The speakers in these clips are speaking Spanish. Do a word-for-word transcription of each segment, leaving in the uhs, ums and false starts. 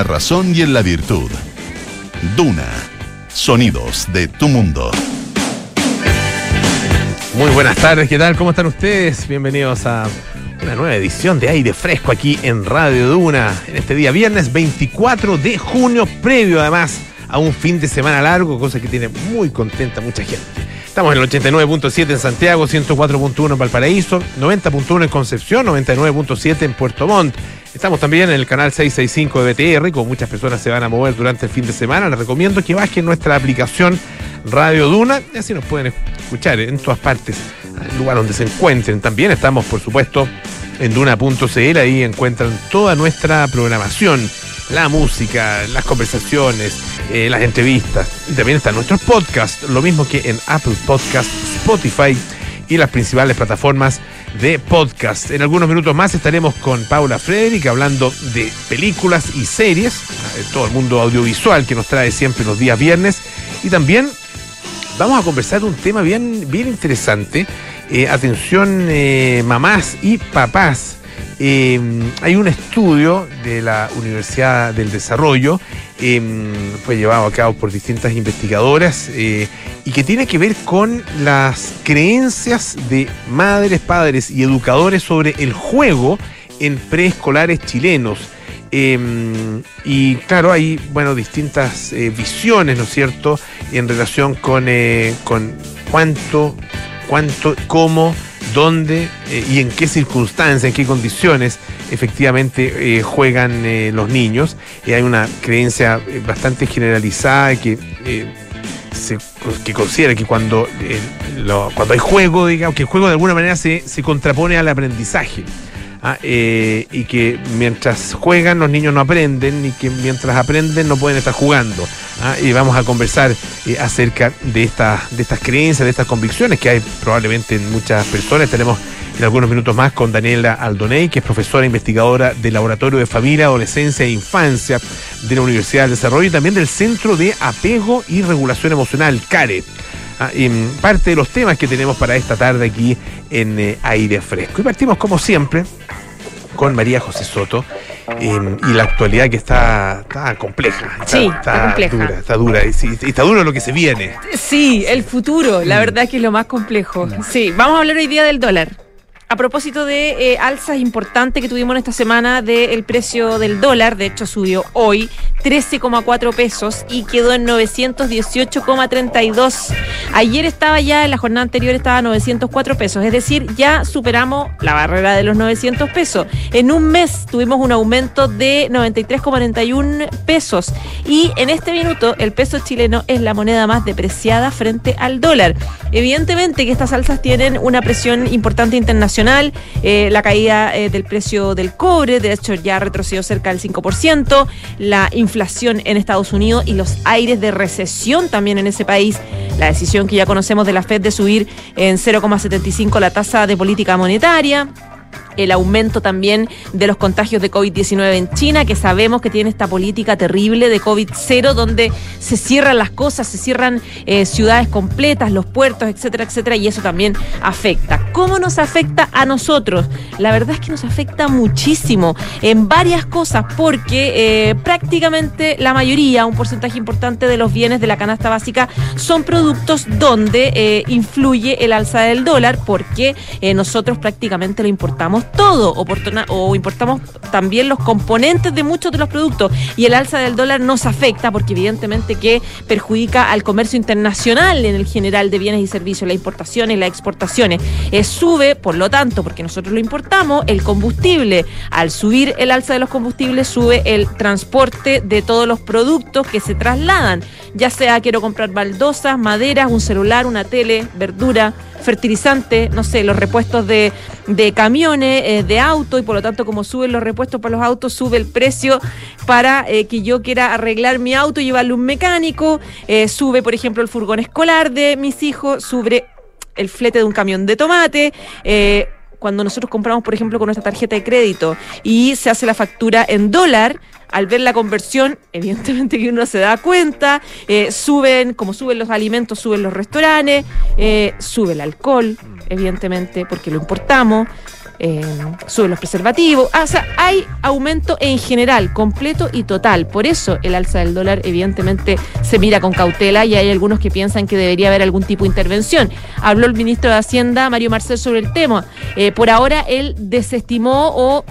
la razón y en la virtud. Duna, sonidos de tu mundo. Muy buenas tardes, ¿qué tal? ¿Cómo están ustedes? Bienvenidos a una nueva edición de Aire Fresco aquí en Radio Duna, en este día viernes veinticuatro de junio, previo además a un fin de semana largo, cosa que tiene muy contenta mucha gente. Estamos en el ochenta y nueve punto siete en Santiago, ciento cuatro punto uno en Valparaíso, noventa punto uno en Concepción, noventa y nueve punto siete en Puerto Montt. Estamos también en el canal seiscientos sesenta y cinco de B T R, como muchas personas se van a mover durante el fin de semana. Les recomiendo que bajen nuestra aplicación Radio Duna y así nos pueden escuchar en todas partes, en el lugar donde se encuentren. También estamos, por supuesto, en duna punto c l, ahí encuentran toda nuestra programación, la música, las conversaciones, eh, las entrevistas. Y también están nuestros podcasts, lo mismo que en Apple Podcasts, Spotify y las principales plataformas de podcast. En algunos minutos más estaremos con Paula Frederick hablando de películas y series, todo el mundo audiovisual que nos trae siempre los días viernes. Y también vamos a conversar de un tema bien, bien interesante. Eh, atención, eh, mamás y papás. Eh, hay un estudio de la Universidad del Desarrollo, eh, fue llevado a cabo por distintas investigadoras eh, y que tiene que ver con las creencias de madres, padres y educadores sobre el juego en preescolares chilenos. Eh, y claro, hay bueno, distintas eh, visiones, ¿no es cierto?, en relación con, eh, con cuánto, cuánto, cómo, dónde eh, y en qué circunstancias, en qué condiciones efectivamente eh, juegan eh, los niños. Eh, hay una creencia eh, bastante generalizada que, eh, se, que considera que cuando, eh, lo, cuando hay juego, digamos, que el juego de alguna manera se, se contrapone al aprendizaje. Ah, eh, y que mientras juegan los niños no aprenden y que mientras aprenden no pueden estar jugando. Ah, y vamos a conversar eh, acerca de, esta, de estas creencias, de estas convicciones que hay probablemente en muchas personas. Estaremos en algunos minutos más con Daniela Aldoney, que es profesora investigadora del Laboratorio de Familia, Adolescencia e Infancia de la Universidad del Desarrollo y también del Centro de Apego y Regulación Emocional, CARE. Ah, y parte de los temas que tenemos para esta tarde aquí en eh, Aire Fresco. Y partimos como siempre con María José Soto eh, y la actualidad que está, está compleja. Está, sí, está, está compleja. Dura, está dura. Y, y está duro lo que se viene. Sí, el futuro, la verdad que es lo más complejo. Sí, vamos a hablar hoy día del dólar. A propósito de eh, alzas importantes que tuvimos en esta semana del precio del dólar, de hecho subió hoy trece coma cuatro pesos y quedó en novecientos dieciocho coma treinta y dos. Ayer estaba ya, en la jornada anterior estaba a novecientos cuatro pesos, es decir, ya superamos la barrera de los novecientos pesos. En un mes tuvimos un aumento de noventa y tres coma noventa y uno pesos y en este minuto el peso chileno es la moneda más depreciada frente al dólar. Evidentemente que estas alzas tienen una presión importante internacional. Eh, la caída eh, del precio del cobre, de hecho ya retrocedió cerca del cinco por ciento, la inflación en Estados Unidos y los aires de recesión también en ese país, la decisión que ya conocemos de la Fed de subir en cero coma setenta y cinco la tasa de política monetaria, el aumento también de los contagios de covid diecinueve en China, que sabemos que tiene esta política terrible de COVID cero, donde se cierran las cosas, se cierran eh, ciudades completas, los puertos, etcétera, etcétera, y eso también afecta. ¿Cómo nos afecta a nosotros? La verdad es que nos afecta muchísimo en varias cosas, porque eh, prácticamente la mayoría, un porcentaje importante de los bienes de la canasta básica son productos donde eh, influye el alza del dólar, porque eh, nosotros prácticamente lo importamos todo oportuna, o importamos también los componentes de muchos de los productos y el alza del dólar nos afecta porque evidentemente que perjudica al comercio internacional en el general de bienes y servicios, las importaciones y las exportaciones. Eh, sube, por lo tanto, porque nosotros lo importamos, el combustible. Al subir el alza de los combustibles, sube el transporte de todos los productos que se trasladan, ya sea quiero comprar baldosas, maderas, un celular, una tele, verdura, fertilizante, no sé, los repuestos de, de camiones, eh, de autos, y por lo tanto como suben los repuestos para los autos, sube el precio para eh, que yo quiera arreglar mi auto y llevarle un mecánico, eh, sube por ejemplo el furgón escolar de mis hijos, sube el flete de un camión de tomate, eh, cuando nosotros compramos por ejemplo con nuestra tarjeta de crédito y se hace la factura en dólar, al ver la conversión, evidentemente que uno se da cuenta, eh, suben, como suben los alimentos, suben los restaurantes, eh, sube el alcohol, evidentemente, porque lo importamos, eh, suben los preservativos. Ah, o sea, hay aumento en general, completo y total. Por eso el alza del dólar evidentemente se mira con cautela y hay algunos que piensan que debería haber algún tipo de intervención. Habló el ministro de Hacienda, Mario Marcel, sobre el tema. Eh, por ahora él desestimó o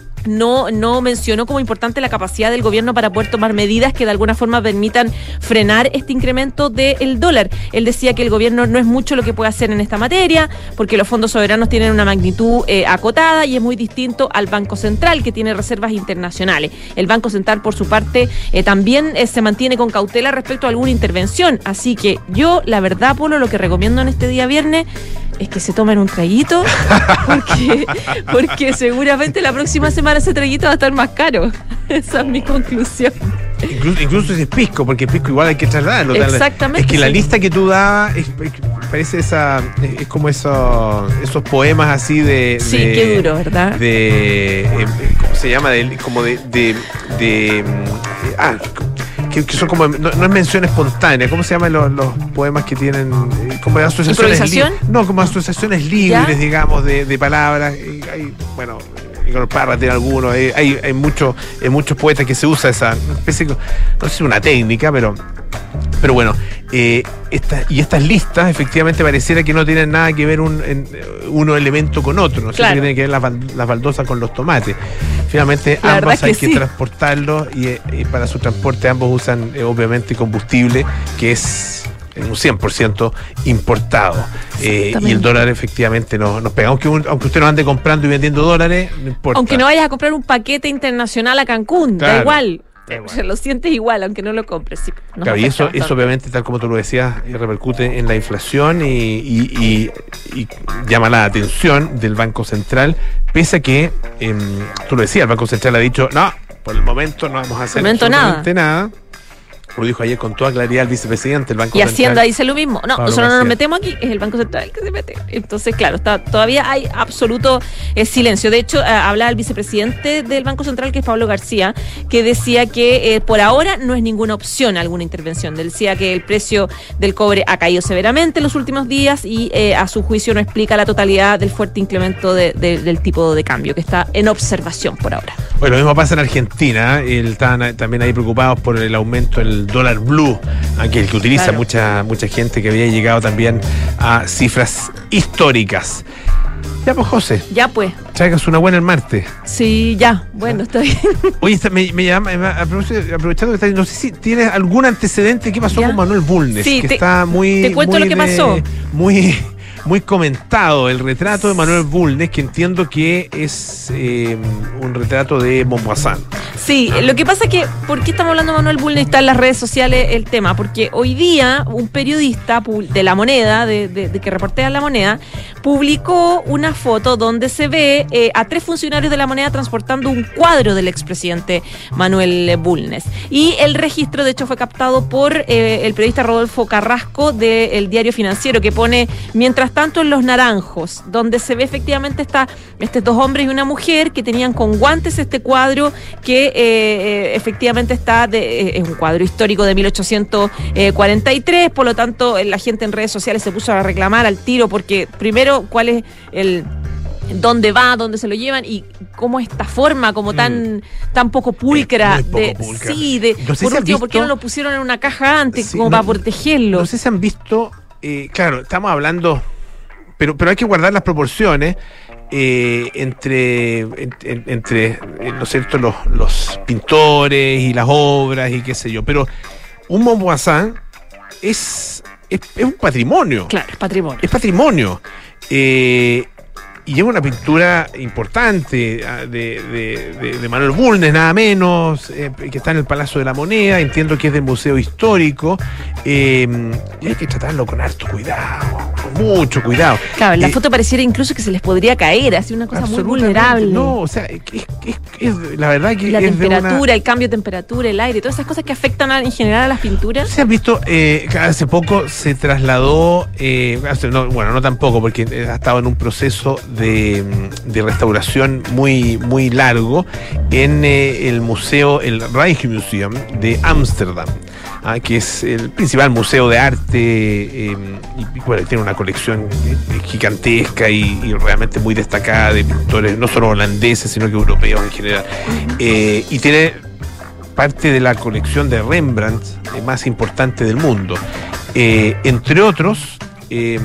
No, no mencionó como importante la capacidad del gobierno para poder tomar medidas que de alguna forma permitan frenar este incremento del dólar. Él decía que el gobierno no es mucho lo que puede hacer en esta materia, porque los fondos soberanos tienen una magnitud eh, acotada y es muy distinto al Banco Central, que tiene reservas internacionales. El Banco Central, por su parte, eh, también eh, se mantiene con cautela respecto a alguna intervención. Así que yo, la verdad, Polo, lo que recomiendo en este día viernes es que se tomen un traguito, porque, porque seguramente la próxima semana ese traguito va a estar más caro. Esa es mi conclusión. Incluso, incluso si es pisco, porque pisco igual hay que trasladarlo. Exactamente. Es que sí. La lista que tú dabas es, es, parece esa, es, es como eso, esos poemas así de... Sí, de, qué duro, ¿verdad? De, eh, ¿cómo se llama? De, como de... de, de ah, Que, que son como, no, no es mención espontánea, ¿cómo se llaman los, los poemas que tienen, eh, como de asociaciones ¿Improvisación? libres? No, como asociaciones libres, ¿Ya? digamos, de, de palabras. Y hay, bueno, Igor Parra tiene algunos, hay, hay, hay muchos hay muchos poetas que se usa esa especie, no sé si una técnica, pero pero bueno, eh, esta, y estas listas efectivamente pareciera que no tienen nada que ver un en, uno elemento con otro, ¿no? Claro. Que tiene que ver las, las baldosas con los tomates. Finalmente La ambos hay que, que sí. transportarlos y, y para su transporte ambos usan eh, obviamente combustible que es un cien por ciento importado. Eh, y el dólar efectivamente nos, nos pega. Aunque, un, aunque usted no ande comprando y vendiendo dólares, no importa. Aunque no vayas a comprar un paquete internacional a Cancún, Claro. da igual. Da igual. O sea, lo sientes igual, aunque no lo compres. Sí, Claro, y eso, eso obviamente, tal como tú lo decías, eh, repercute en la inflación y, y, y, y llama la atención del Banco Central, pese a que, eh, tú lo decías, el Banco Central ha dicho, no, por el momento no vamos a hacer momento absolutamente nada. nada. Lo dijo ayer con toda claridad el vicepresidente del Banco Y Central. Hacienda dice lo mismo. No, Pablo nosotros no nos García. metemos aquí, es el Banco Central el que se mete. Entonces, claro, está, todavía hay absoluto eh, silencio. De hecho, eh, hablaba el vicepresidente del Banco Central, que es Pablo García, que decía que eh, por ahora no es ninguna opción alguna intervención. Decía que el precio del cobre ha caído severamente en los últimos días y eh, a su juicio no explica la totalidad del fuerte incremento de, de, del tipo de cambio, que está en observación por ahora. Bueno, lo mismo pasa en Argentina. El, están también ahí preocupados por el aumento del dólar blue, aquí el que utiliza Claro. mucha mucha gente, que había llegado también a cifras históricas. Ya pues, José, Ya pues, traigas una buena el martes. sí, ya, bueno, está bien. Oye, está- me, me llama, me- aprovechando aprovechando que estás, no sé si tienes algún antecedente. ¿Qué pasó Ya. con Manuel Bulnes? Sí, que te- está muy. te cuento muy lo que de- pasó. Muy. Muy comentado el retrato de Manuel Bulnes, que entiendo que es eh, un retrato de Montmoisson. Sí, lo que pasa es que, ¿por qué estamos hablando de Manuel Bulnes? Está en las redes sociales el tema, porque hoy día un periodista pu- de La Moneda, de, de, de que reportea La Moneda, publicó una foto donde se ve eh, a tres funcionarios de La Moneda transportando un cuadro del expresidente Manuel Bulnes. Y el registro, de hecho, fue captado por eh, el periodista Rodolfo Carrasco del Diario Financiero, que pone, mientras tanto, en Los Naranjos, donde se ve efectivamente esta, estos dos hombres y una mujer que tenían con guantes este cuadro que eh, eh, efectivamente está de, eh, es un cuadro histórico de mil ochocientos cuarenta y tres, por lo tanto la gente en redes sociales se puso a reclamar al tiro porque primero cuál es el dónde va, dónde se lo llevan y cómo esta forma como tan tan poco pulcra, Es muy poco de, pulcra. sí, de No sé por si has último, ¿por qué visto- no lo pusieron en una caja antes Sí, como no- para protegerlo? No sé si han visto, eh, claro, estamos hablando, pero, pero hay que guardar las proporciones eh, entre, en- en- entre eh, ¿no es cierto?, los, los pintores y las obras y qué sé yo. Pero un Montmoisson es, es, es un patrimonio. Claro, es patrimonio. Es patrimonio. Eh, y lleva una pintura importante ah, de, de, de, de Manuel Bulnes, nada menos, eh, que está en el Palacio de la Moneda. Entiendo que es del Museo Histórico. Eh, y hay que tratarlo con harto cuidado, con mucho cuidado. Claro, en la Eh, foto pareciera incluso que se les podría caer, así una cosa muy absolutamente vulnerable. No, o sea, es, es, es- es- la verdad que Y la es de temperatura, una... el cambio de temperatura, el aire, todas esas cosas que afectan a- en general a las pinturas. ¿Se has visto? Eh, hace poco se trasladó, eh, hace- no, bueno, no tampoco, porque eh, ha estado en un proceso de, de restauración muy, muy largo en eh, el museo, el Rijksmuseum de Ámsterdam, ah, que es el principal museo de arte, eh, y bueno, tiene una colección colección gigantesca y, y realmente muy destacada de pintores, no solo holandeses, sino que europeos en general. Eh, y tiene parte de la colección de Rembrandt eh, más importante del mundo. Eh, entre otros, eh,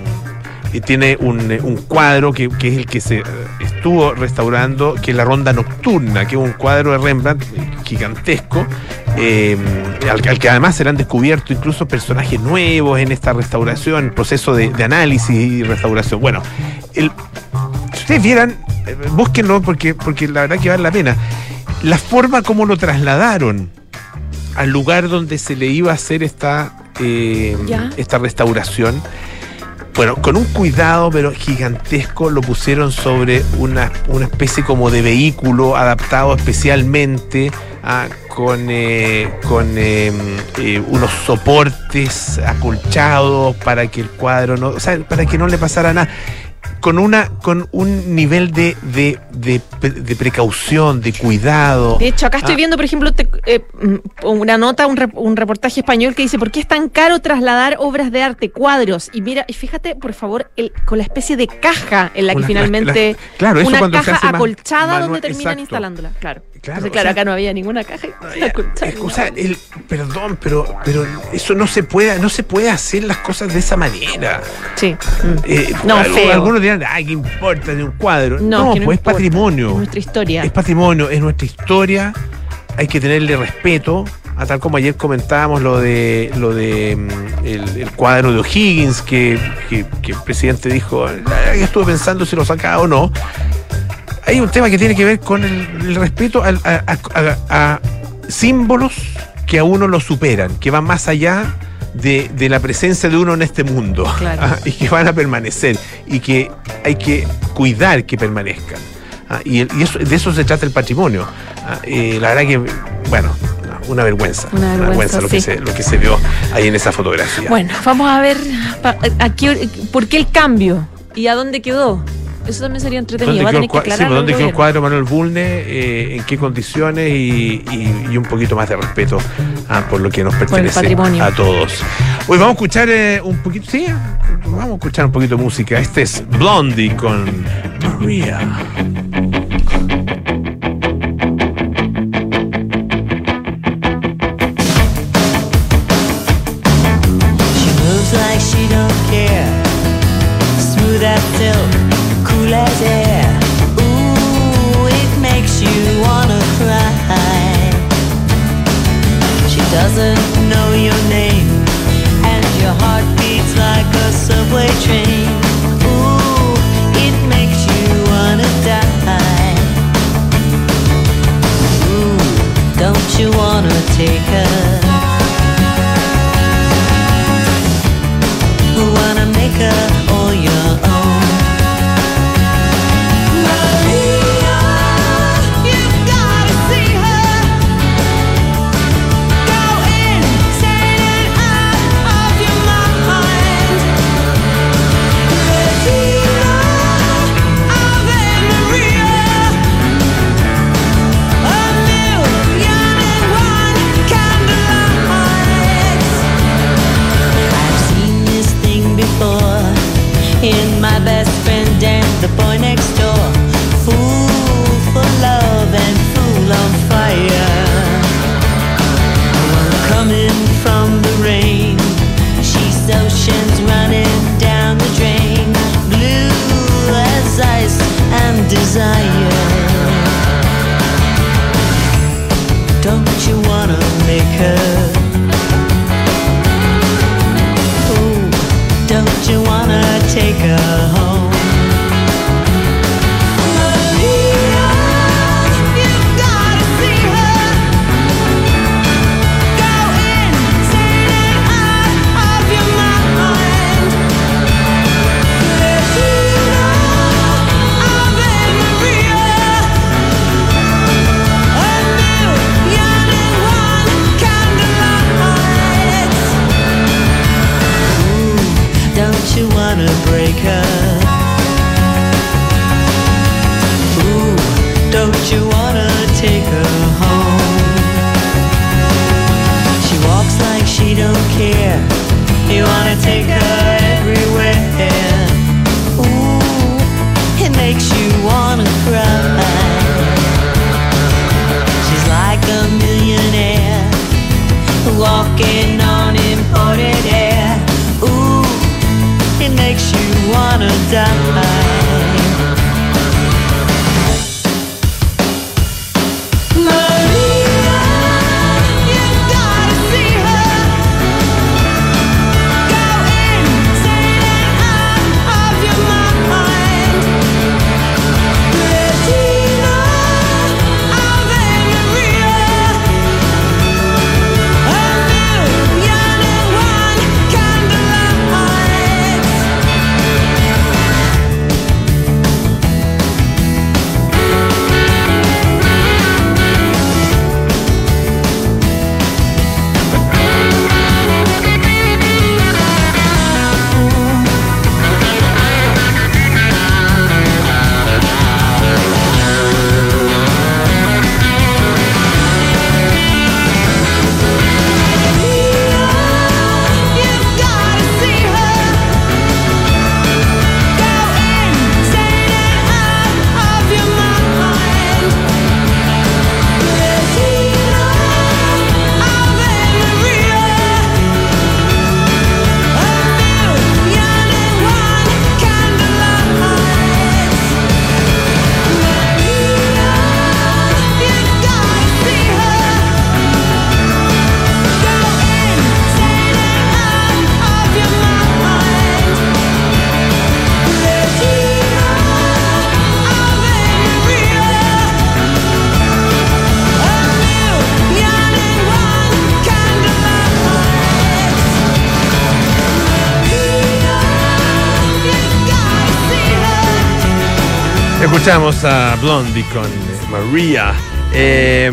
y tiene un, un cuadro que, que es el que se estuvo restaurando, que es la Ronda Nocturna, que es un cuadro de Rembrandt gigantesco, eh, al, al que además serán descubiertos incluso personajes nuevos en esta restauración, proceso de, de análisis y restauración. Bueno, el, si ustedes vieran, eh, búsquenlo porque, porque la verdad que vale la pena, la forma como lo trasladaron al lugar donde se le iba a hacer esta, eh, esta restauración. Bueno, con un cuidado pero gigantesco lo pusieron sobre una, una especie como de vehículo adaptado especialmente a, con, eh, con eh, eh, unos soportes acolchados para que el cuadro no, o sea, para que no le pasara nada. Con una con un nivel de, de, de, de precaución, de cuidado. De hecho, acá estoy ah. viendo, por ejemplo, te, eh, una nota, un, rep, un reportaje español que dice: ¿por qué es tan caro trasladar obras de arte, cuadros? Y mira, y fíjate, por favor, el, con la especie de caja en la que una, finalmente... La, claro, una eso caja acolchada manual, donde terminan exacto. instalándola. Claro. Claro, Entonces, claro, o sea, acá no había ninguna caja. No había, o sea, el, perdón, pero, pero eso no se puede, no se puede hacer las cosas de esa manera. Sí. Eh, no, algo, feo. Algunos dirán, ay, ¿qué importa de un cuadro? No, no, que no pues importa. Es patrimonio. Es nuestra historia. Es patrimonio, es nuestra historia. Hay que tenerle respeto, a tal como ayer comentábamos lo de lo de el, el cuadro de O'Higgins, que, que, que el presidente dijo, ay, estuve pensando si lo sacaba o no. Hay un tema que tiene que ver con el, el respeto a, a, a, a símbolos que a uno lo superan, que van más allá de, de la presencia de uno en este mundo. Claro. ¿Ah? Y que van a permanecer y que hay que cuidar que permanezcan. ¿Ah? Y, el, y eso, de eso se trata el patrimonio. ¿Ah? Eh, la verdad que, bueno, una vergüenza. Una vergüenza, una vergüenza lo, sí. que se, lo que se vio ahí en esa fotografía. Bueno, vamos a ver a qué, por qué el cambio y a dónde quedó. Eso también sería entretenido. Va a tener que aclarar. Sí, ¿dónde quedó el cuadro Manuel Bulne? Eh, ¿En qué condiciones? Y, y, y un poquito más de respeto ah, por lo que nos pertenece a todos. Hoy vamos a escuchar eh, un poquito, sí, vamos a escuchar un poquito de música. Este es Blondie con Maria. She moves like she don't care. Smooth as silk. As air. Ooh, it makes you wanna cry. She doesn't know your name, and your heart beats like a subway train. Ooh, it makes you wanna die. Ooh, don't you wanna take her? Wanna make her all your own. In my best friend and the boy next door. Fool for love and fool on fire. Coming from the rain, she's oceans running down the drain. Blue as ice and desire. Don't you wanna make her? Don't you wanna take her home? Maria, you've gotta see her. Go insane and out of your mind. Regina, Ave Maria. A million and one candlelights. Don't you wanna break her? Ooh, don't you wanna take her home? She walks like she don't care. You wanna take her everywhere. walking on imported air. Ooh, it makes you wanna die. Escuchamos a Blondie con Maria. Eh,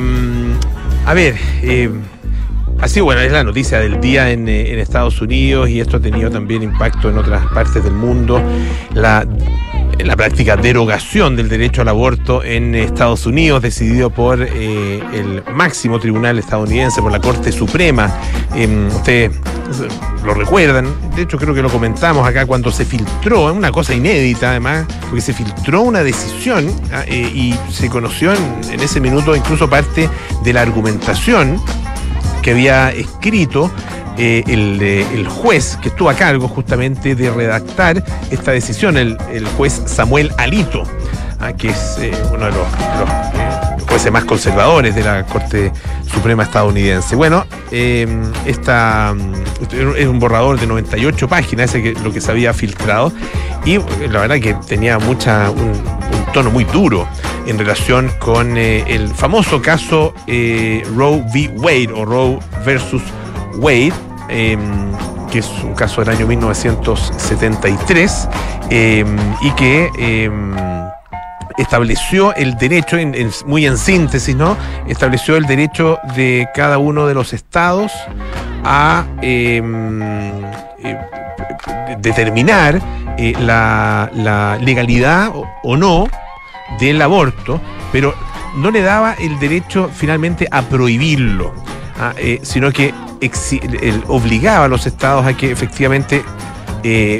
a ver, eh, así bueno, es la noticia del día en, en Estados Unidos, y esto ha tenido también impacto en otras partes del mundo. La, la práctica derogación del derecho al aborto en Estados Unidos, decidido por eh, el máximo tribunal estadounidense, por la Corte Suprema. Eh, ustedes lo recuerdan, de hecho creo que lo comentamos acá cuando se filtró, una cosa inédita además, porque se filtró una decisión eh, y se conoció en, en ese minuto incluso parte de la argumentación que había escrito eh, el, eh, el juez que estuvo a cargo justamente de redactar esta decisión, el, el juez Samuel Alito, ah, que es eh, uno de los, los eh, jueces más conservadores de la Corte Suprema estadounidense. Bueno, eh, esta es un borrador de noventa y ocho páginas, ese que lo que se había filtrado, y la verdad que tenía mucha un, un tono muy duro en relación con eh, el famoso caso eh, Roe v. Wade o Roe versus Wade, eh, que es un caso del año mil novecientos setenta y tres eh, y que eh, estableció el derecho, en, en, muy en síntesis, ¿no? Estableció el derecho de cada uno de los estados a eh, eh, determinar eh, la, la legalidad o, o no del aborto, pero no le daba el derecho finalmente a prohibirlo, ¿ah? eh, sino que exi- el, obligaba a los estados a que efectivamente eh,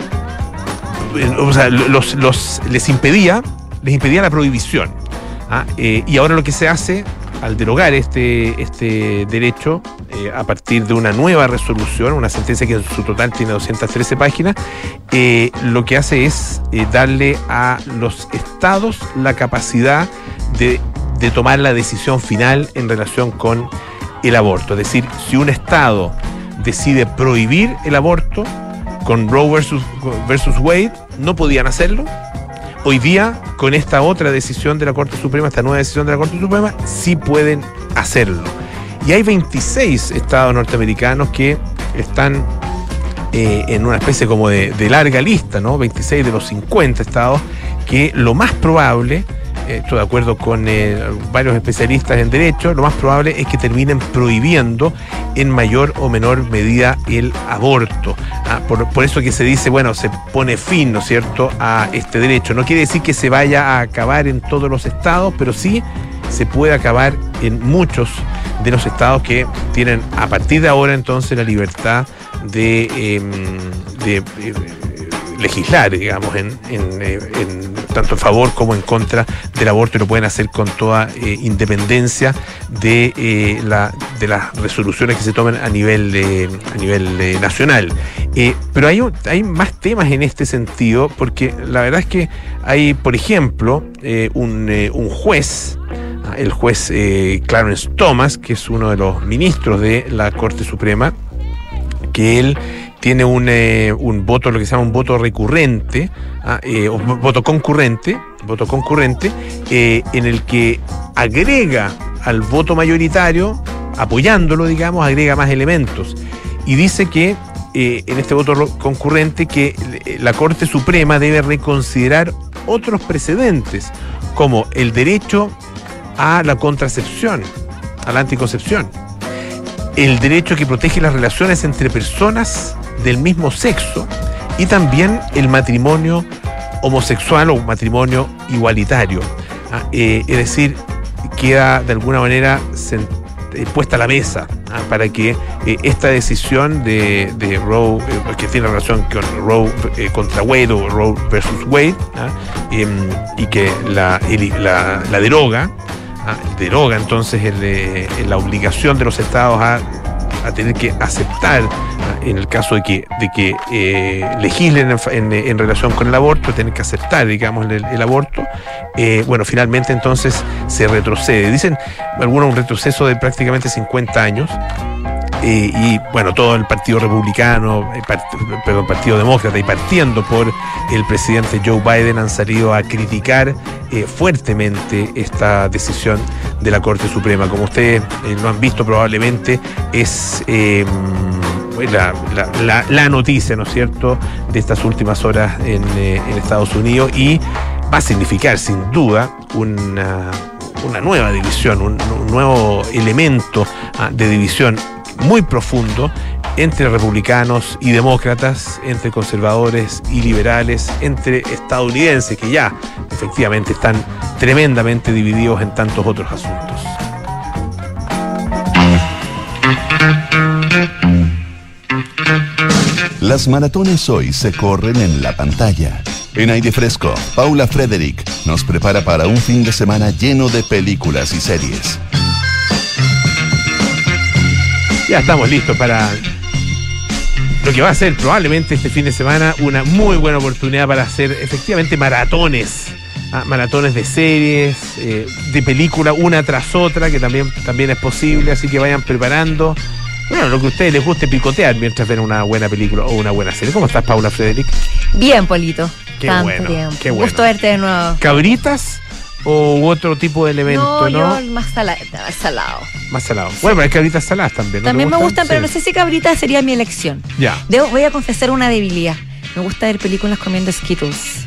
o sea, los, los, les impedía les impedía la prohibición, ¿ah? eh, y ahora lo que se hace al derogar este, este derecho eh, a partir de una nueva resolución, una sentencia que en su total tiene doscientas trece páginas, eh, lo que hace es eh, darle a los estados la capacidad de, de tomar la decisión final en relación con el aborto. Es decir, si un estado decide prohibir el aborto, con Roe versus, versus Wade no podían hacerlo. Hoy día, con esta otra decisión de la Corte Suprema, esta nueva decisión de la Corte Suprema, sí pueden hacerlo. Y hay veintiséis estados norteamericanos que están eh, en una especie como de, de larga lista, ¿no? veintiséis de los cincuenta estados, que lo más probable, eh, estoy de acuerdo con eh, varios especialistas en derecho, lo más probable es que terminen prohibiendo en mayor o menor medida el aborto. Ah, por, por eso que se dice, bueno, se pone fin, ¿no es cierto?, a este derecho. No quiere decir que se vaya a acabar en todos los estados, pero sí se puede acabar en muchos de los estados que tienen a partir de ahora entonces la libertad de, eh, de, de legislar, digamos, en, en, en tanto a favor como en contra del aborto, y lo pueden hacer con toda eh, independencia de, eh, la, de las resoluciones que se tomen a nivel, eh, a nivel eh, nacional. Eh, pero hay, hay más temas en este sentido, porque la verdad es que hay, por ejemplo, eh, un, eh, un juez, el juez eh, Clarence Thomas, que es uno de los ministros de la Corte Suprema, que él tiene un, eh, un voto, lo que se llama un voto recurrente, ah, eh, o voto concurrente, voto concurrente, eh, en el que agrega al voto mayoritario, apoyándolo, digamos, agrega más elementos. Y dice que eh, en este voto concurrente que la Corte Suprema debe reconsiderar otros precedentes, como el derecho a la contracepción, a la anticoncepción, el derecho que protege las relaciones entre personas del mismo sexo y también el matrimonio homosexual o matrimonio igualitario. Ah, eh, es decir, queda de alguna manera sent- eh, puesta a la mesa ah, para que eh, esta decisión de, de Roe, eh, que tiene relación con Roe eh, contra Wade o Roe versus Wade, ah, eh, y que la, el, la, la deroga, ah, deroga entonces el, eh, la obligación de los estados a a tener que aceptar, en el caso de que, de que eh, legislen en, en, en relación con el aborto, tener que aceptar, digamos, el, el aborto, eh, bueno, finalmente entonces se retrocede. Dicen algunos un retroceso de prácticamente cincuenta años. Eh, y bueno, todo el Partido Republicano, el part, perdón, Partido Demócrata, y partiendo por el presidente Joe Biden, han salido a criticar eh, fuertemente esta decisión de la Corte Suprema. Como ustedes eh, lo han visto probablemente, es eh, la, la, la, la noticia, ¿no es cierto?, de estas últimas horas en, eh, en Estados Unidos, y va a significar sin duda una, una nueva división, un, un nuevo elemento ah, de división muy profundo entre republicanos y demócratas, entre conservadores y liberales, entre estadounidenses que ya efectivamente están tremendamente divididos en tantos otros asuntos. Las maratones hoy se corren en la pantalla. En Aire Fresco, Paula Frederick nos prepara para un fin de semana lleno de películas y series. Ya estamos listos para lo que va a ser probablemente este fin de semana una muy buena oportunidad para hacer efectivamente maratones. Ah, maratones de series, eh, de película, una tras otra, que también, también es posible, así que vayan preparando. Bueno, lo que a ustedes les guste picotear mientras ven una buena película o una buena serie. ¿Cómo estás, Paula Frederick? Bien, Polito. Qué Tanto bueno, tiempo. qué bueno. Gusto verte de nuevo. ¿Cabritas o otro tipo de elemento, no? No, yo más, sala- más salado. Más salado. Bueno, pero hay cabritas saladas también, ¿no? También ¿Te me gustan, pero Sí. no sé si cabrita sería mi elección. Ya. Debo, voy a confesar una debilidad. Me gusta ver películas comiendo Skittles.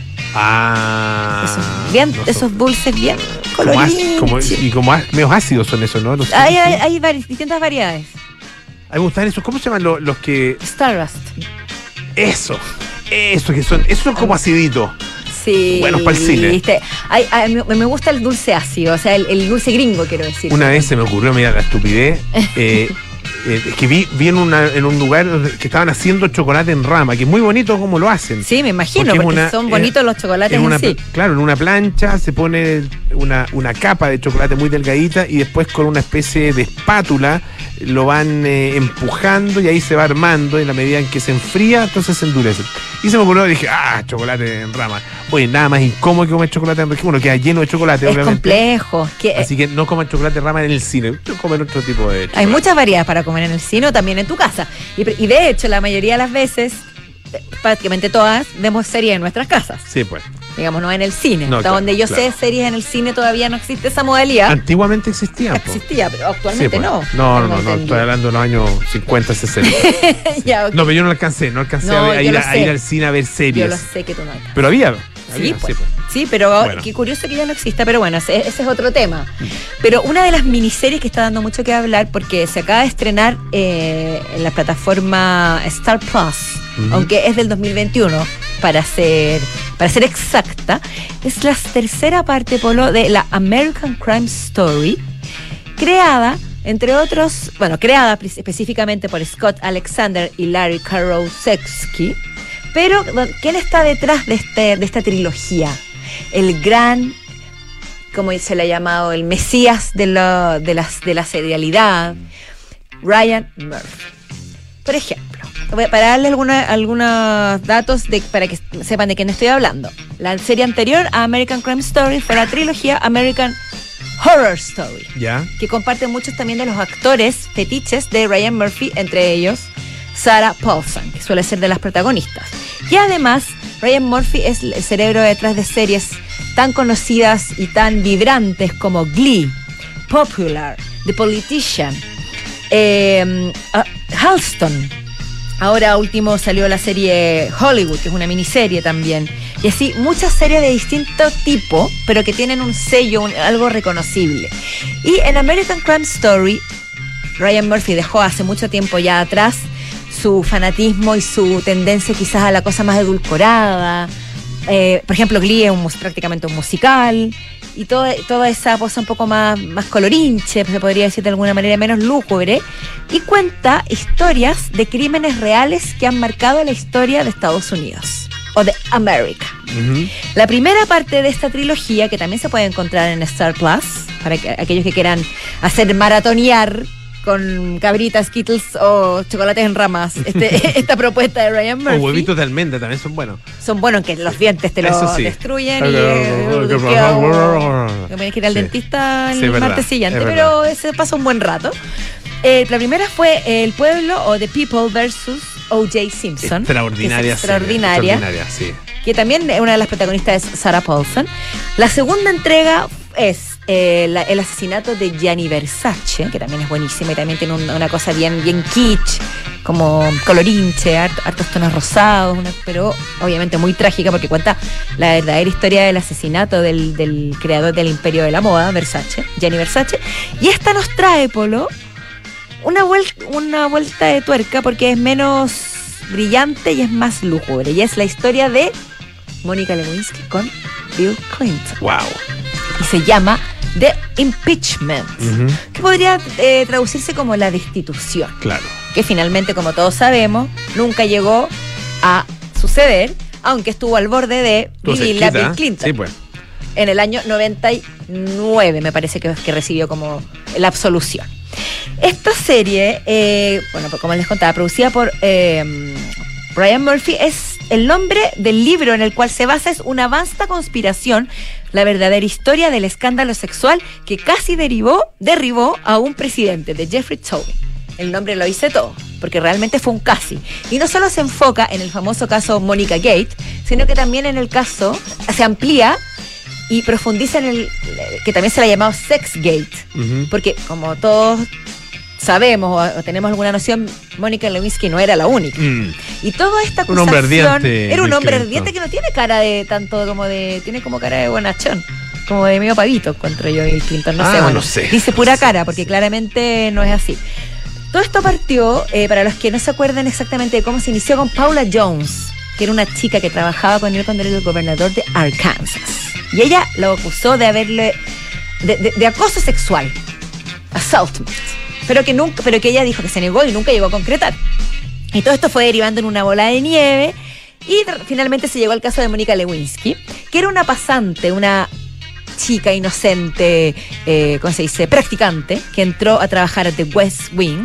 Ah. Esos, bien, no son- esos dulces bien como as- coloridos. como- y como as- medio ácidos son esos, ¿no? Los- Hay, hay, hay vari- distintas variedades. A mí me gustan esos. ¿Cómo se llaman los, los que...? Stardust. Eso. Eso que son... Esos son como aciditos. Sí. Buenos pa'l cine. ¿Viste? Hay, hay- me, me gusta el dulce ácido, o sea, el, el dulce gringo, quiero decir. Una vez se me ocurrió, mira, la estupidez, eh, eh, es que vi, vi en, una, en un lugar que estaban haciendo chocolate en rama, que es muy bonito como lo hacen. Sí, me imagino, Porque porque, es una- son es- bonitos los chocolates En una, en sí. Claro, en una plancha se pone una, una capa de chocolate muy delgadita y después con una especie de espátula lo van eh, empujando y ahí se va armando, y en la medida en que se enfría, entonces se endurece. Y se me ocurrió y dije, ah, chocolate en rama. Oye, nada más incómodo que comer chocolate en rama. Bueno, queda lleno de chocolate, Es obviamente. complejo. Que, Así que no coman chocolate en rama en el cine, comen otro tipo de chocolate. hay muchas variedades para comer en el cine o también en tu casa. Y, y de hecho, la mayoría de las veces, eh, prácticamente todas, vemos series en nuestras casas. Sí, pues. Digamos, no en el cine. No, Hasta claro, donde yo claro. sé, series en el cine todavía no existe esa modalidad. Antiguamente existían, po. Existía, pero Sí, actualmente pues. no. No, no, no, Tengo no, entendido. estoy hablando de los años cincuenta, sesenta. Ya, ok. No, pero yo no alcancé, no alcancé No, a, ver- a yo ir, lo a, a sé. ir al cine a ver Yo series. lo sé que tú no. Pero había. Sí, había, pues. pues. Sí, pero Bueno. qué curioso que ya no exista, pero bueno, ese, ese es otro tema. Pero una de las miniseries que está dando mucho que hablar, porque se acaba de estrenar eh, en la plataforma Star Plus, Ujú. aunque es del dos mil veintiuno, para ser, para ser exacta, es la tercera parte, Polo, de la American Crime Story, creada, entre otros, bueno, creada pri- específicamente por Scott Alexander y Larry Karosewski. Pero, ¿quién está detrás de, este, de esta trilogía? el gran, como se le ha llamado, el mesías de, lo, de, las, de la serialidad, Ryan Murphy. Por ejemplo, para darle alguna, algunos datos de, para que sepan de quién estoy hablando. La serie anterior a American Crime Story fue la trilogía American Horror Story, Ya. que comparte muchos también de los actores fetiches de Ryan Murphy, entre ellos Sarah Paulson, que suele ser de las protagonistas. Y además, Ryan Murphy es el cerebro detrás de series tan conocidas y tan vibrantes como Glee, Popular, The Politician, eh, uh, Halston. Ahora último salió la serie Hollywood, que es una miniserie también. Y así muchas series de distinto tipo, pero que tienen un sello, un, algo reconocible. Y en American Crime Story, Ryan Murphy dejó hace mucho tiempo ya atrás su fanatismo y su tendencia quizás a la cosa más edulcorada. Eh, por ejemplo, Glee es un, prácticamente un musical. Y todo, toda esa cosa un poco más, más colorinche, se podría decir de alguna manera, menos lúgubre, y cuenta historias de crímenes reales que han marcado la historia de Estados Unidos, o de América. Uh-huh. La primera parte de esta trilogía, que también se puede encontrar en Star Plus, para que, aquellos que quieran hacer maratonear con cabritas, Skittles o chocolates en ramas, este, esta propuesta de Ryan Murphy. O huevitos de almendra también son buenos. Son buenos, que los dientes te los Eso sí. destruyen y eh, queda- tienes que ir al Sí. dentista el Sí, es verdad, martes siguiente, es pero se pasa un buen rato. Eh, la primera fue El Pueblo o The People versus O J Simpson. Extraordinaria. que es extraordinaria. serie, extraordinaria, sí. Que también una de las protagonistas es Sarah Paulson. La segunda entrega es eh, la- el asesinato de Gianni Versace, que también es buenísima y también tiene un- una cosa bien, bien kitsch, como colorinche, hart- hartos tonos rosados, una- pero obviamente muy trágica porque cuenta la verdadera historia del asesinato del, del creador del imperio de la moda, Versace, Gianni Versace. Y esta nos trae, Polo, una vuelta, una vuelta de tuerca porque es menos brillante y es más lúgubre. Y es la historia de Mónica Lewinsky con Bill Clinton. Wow. Y se llama The Impeachment, Ujú. que podría eh, traducirse como la destitución, Claro. que finalmente, como todos sabemos, nunca llegó a suceder, aunque estuvo al borde de Estuvo vivirla cerquita, Bill Clinton. Sí, pues. En el año noventa y nueve, me parece que, que recibió como la absolución. Esta serie, eh, bueno, pues como les contaba, producida por eh, Ryan Murphy, es el nombre del libro en el cual se basa, es una vasta conspiración, la verdadera historia del escándalo sexual que casi derivó, derribó a un presidente, de Jeffrey Tobin. El nombre lo dice todo, porque realmente fue un casi. Y no solo se enfoca en el famoso caso Monica Gate, sino que también en el caso se amplía y profundiza en el que también se le ha llamado Sexgate, Ujú. porque como todos sabemos o, o tenemos alguna noción, Mónica Lewinsky no era la única. Mm. Y toda esta Un acusación hombre ardiente, era un Bill hombre Clinton. ardiente que no tiene cara de tanto como de, tiene como cara de bonachón, como de medio pavito, encuentro yo, Bill Clinton, no Ah, sé, bueno, no sé. dice pura No sé, cara, no porque sé. claramente no es así. Todo esto partió, eh, para los que no se acuerdan exactamente de cómo se inició, con Paula Jones, que era una chica que trabajaba con él cuando era el gobernador de Arkansas. Y ella lo acusó de haberle, de, de- de acoso sexual, assaultment, pero que nunca, pero que ella dijo que se negó y nunca llegó a concretar. Y todo esto fue derivando en una bola de nieve y r- finalmente se llegó al caso de Mónica Lewinsky, que era una pasante, una chica inocente, eh, ¿cómo se dice?, practicante, que entró a trabajar a The West Wing,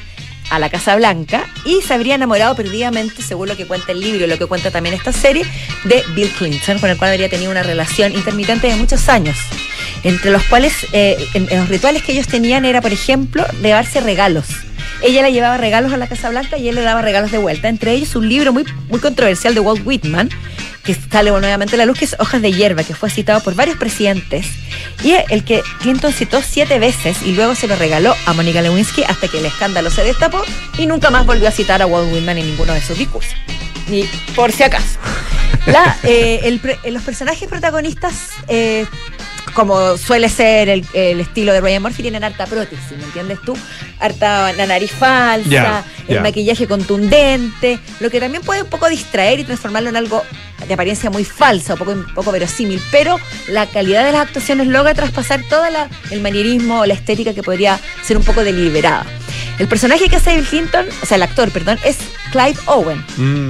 a la Casa Blanca, y se habría enamorado perdidamente, según lo que cuenta el libro y lo que cuenta también esta serie, de Bill Clinton, con el cual habría tenido una relación intermitente de muchos años, entre los cuales eh, en, en los rituales que ellos tenían era, por ejemplo, llevarse regalos. Ella le llevaba regalos a la Casa Blanca y él le daba regalos de vuelta, entre ellos un libro muy, muy controversial de Walt Whitman, que sale nuevamente a la luz, que es Hojas de Hierba, que fue citado por varios presidentes, y el que Clinton citó siete veces y luego se lo regaló a Mónica Lewinsky hasta que el escándalo se destapó y nunca más volvió a citar a Walt Whitman en ninguno de sus discursos, ni por si acaso. La, eh, el pre- los personajes protagonistas, eh, como suele ser el, el estilo de Ryan Murphy, tienen harta prótesis, ¿me entiendes tú? Harta la nariz falsa, Ya, el ya. maquillaje contundente, lo que también puede un poco distraer y transformarlo en algo de apariencia muy falsa, un poco, un poco verosímil, pero la calidad de las actuaciones logra traspasar todo el manierismo o la estética que podría ser un poco deliberada. El personaje que hace Bill Clinton, o sea, el actor, perdón, es Clive Owen, Mm.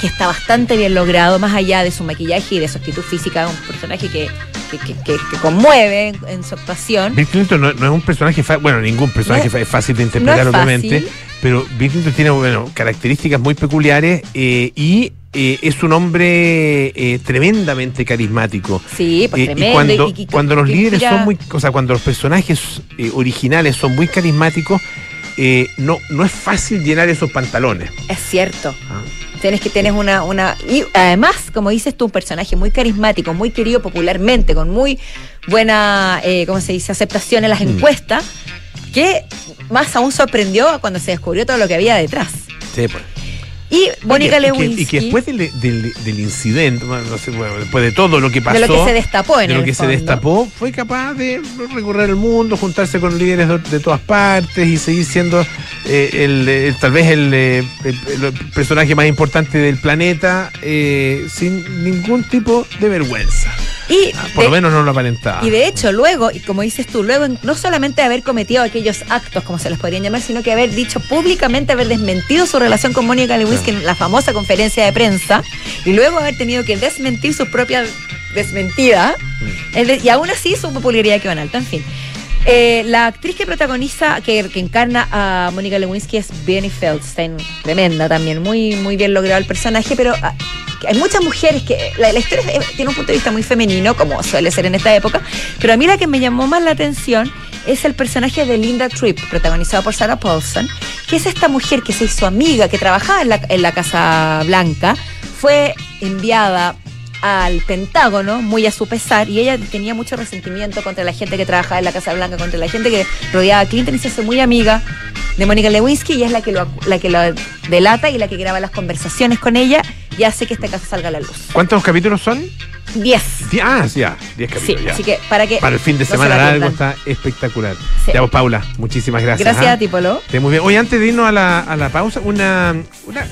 personaje está bastante bien logrado, más allá de su maquillaje y de su actitud física, es un personaje que, que, que, que, que conmueve en, en su actuación. Bill Clinton no, no es un personaje fácil, bueno, ningún personaje No es- es fácil de interpretar, no es obviamente, fácil. pero Bill Clinton tiene, bueno, características muy peculiares eh, y eh, es un hombre eh, tremendamente carismático. Sí, pues Eh, tremendo. y cuando, y- y- cuando los que líderes inspira- son muy, o sea, cuando los personajes eh, originales son muy carismáticos, eh, no, no es fácil llenar esos pantalones. Es cierto. Ah. Tienes que tienes una, una. Y además, como dices tú, un personaje muy carismático, muy querido popularmente, con muy buena, eh, ¿cómo se dice?, aceptación en las Mm. encuestas, que más aún sorprendió cuando se descubrió todo lo que había detrás. Sí, pues. Y Mónica y, que, y, que, Lewinsky, y que después del, del, del incidente, bueno, no sé, bueno, después de todo lo que pasó, de lo que se destapó en de lo el que se fondo. destapó, fue capaz de recorrer el mundo, juntarse con líderes de, de todas partes y seguir siendo eh, el, el- tal vez el, eh, el- el personaje más importante del planeta eh, sin ningún tipo de vergüenza. Y Ah, por de- lo menos no lo aparentaba. Y de hecho, luego, y como dices tú, luego no solamente haber cometido aquellos actos, como se les podrían llamar, sino que haber dicho públicamente, haber desmentido su relación con Mónica Lewinsky en la famosa conferencia de prensa, y luego haber tenido que desmentir su propia desmentida, Mm. es de- y aún así su popularidad quedó en alto, en fin. Eh, la actriz que protagoniza, que, que encarna a Mónica Lewinsky es Beanie Feldstein, tremenda también, muy, muy bien logrado el personaje, pero ah, que hay muchas mujeres que la, la historia es- tiene un punto de vista muy femenino, como suele ser en esta época, pero a mí la que me llamó más la atención es el personaje de Linda Tripp, protagonizado por Sarah Paulson, que es esta mujer que se hizo amiga, que trabajaba en la, en la Casa Blanca, fue enviada al Pentágono, muy a su pesar, y ella tenía mucho resentimiento contra la gente que trabajaba en la Casa Blanca, contra la gente que rodeaba a Clinton, y se hace muy amiga de Mónica Lewinsky, y es la que lo, acu- la que lo delata y la que graba las conversaciones con ella y hace que este caso salga a la luz. ¿Cuántos capítulos son? Diez. Die- Ah, ya, diez Sí, capítulos. ya. así que para que Para el fin de no se semana la largo pierdan. está espectacular. Sí. Ya, pues, Paula, muchísimas gracias. Gracias ¿ah? a ti, Polo. Esté muy bien. Oye, antes de irnos a la, a la pausa, una, una.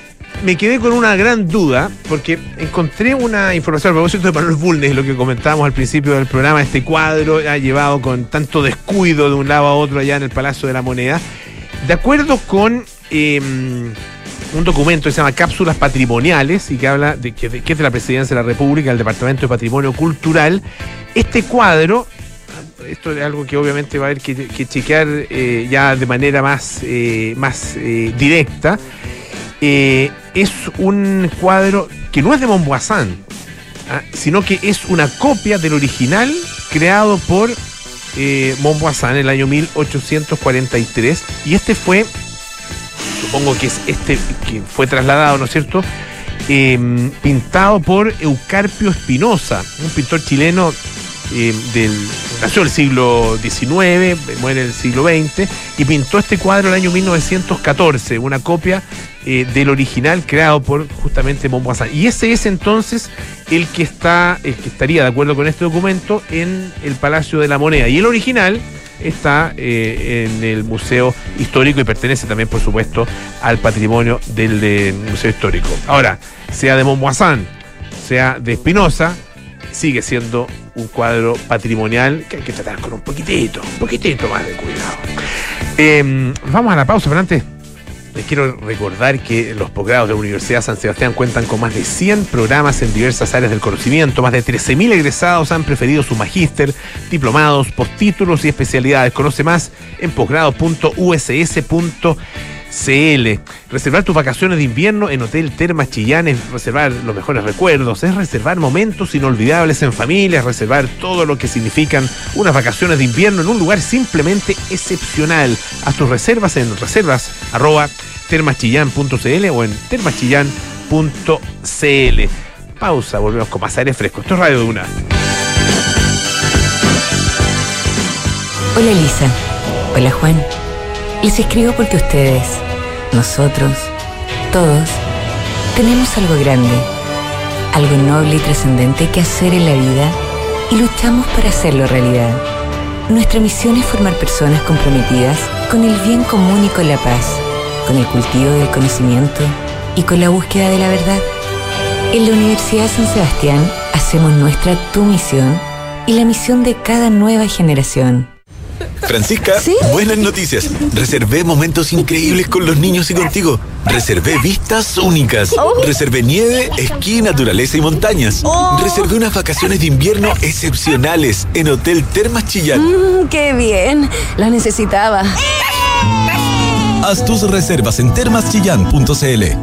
Me quedé con una gran duda, porque encontré una información a propósito de Manuel Bulnes, lo que comentábamos al principio del programa, este cuadro ha llevado con tanto descuido de un lado a otro allá en el Palacio de la Moneda. De acuerdo con eh, un documento que se llama Cápsulas Patrimoniales y que habla de que, de que es de la Presidencia de la República, el Departamento de Patrimonio Cultural, este cuadro, esto es algo que obviamente va a haber que, que chequear eh, ya de manera más, eh, más eh, directa, eh, es un cuadro que no es de Montboisin, ¿ah? sino que es una copia del original creado por eh, Montboisin en el año mil ochocientos cuarenta y tres, y este fue, supongo que es este que fue trasladado, ¿no es cierto?, eh, pintado por Eucarpio Espinosa, un pintor chileno eh, del, nació en el siglo diecinueve, muere en el siglo veinte, y pintó este cuadro en el año mil novecientos catorce, una copia eh, del original creado por justamente Montboisin. Y ese es entonces el que está, el que estaría de acuerdo con este documento en el Palacio de la Moneda. Y el original está eh, en el Museo Histórico y pertenece también, por supuesto, al patrimonio del, del Museo Histórico. Ahora, sea de Montboisin, sea de Espinosa, sigue siendo un cuadro patrimonial que hay que tratar con un poquitito, un poquitito más de cuidado. Eh, vamos a la pausa, pero antes les quiero recordar que los posgrados de la Universidad San Sebastián cuentan con más de cien programas en diversas áreas del conocimiento. Más de trece mil egresados han preferido su magíster, diplomados, postítulos y especialidades. Conoce más en posgrado punto u s s punto c l. Reservar tus vacaciones de invierno en Hotel Termas Chillán es reservar los mejores recuerdos, es reservar momentos inolvidables en familia, es reservar todo lo que significan unas vacaciones de invierno en un lugar simplemente excepcional. Haz tus reservas en reservas arroba termaschillán punto c l o en termaschillán punto c l. Pausa, volvemos con más aire fresco. Esto es Radio Duna. Hola Elisa. Hola Juan. Les escribo porque ustedes, nosotros, todos, tenemos algo grande, algo noble y trascendente que hacer en la vida y luchamos para hacerlo realidad. Nuestra misión es formar personas comprometidas con el bien común y con la paz, con el cultivo del conocimiento y con la búsqueda de la verdad. En la Universidad de San Sebastián hacemos nuestra tu misión y la misión de cada nueva generación. Francisca, ¿Sí? Buenas noticias. Reservé momentos increíbles con los niños y contigo. Reservé vistas únicas. Oh. Reservé nieve, esquí, naturaleza y montañas. Oh. Reservé unas vacaciones de invierno excepcionales en Hotel Termas Chillán. Mm, ¡Qué bien! Las necesitaba. Haz tus reservas en termas chillán punto c l.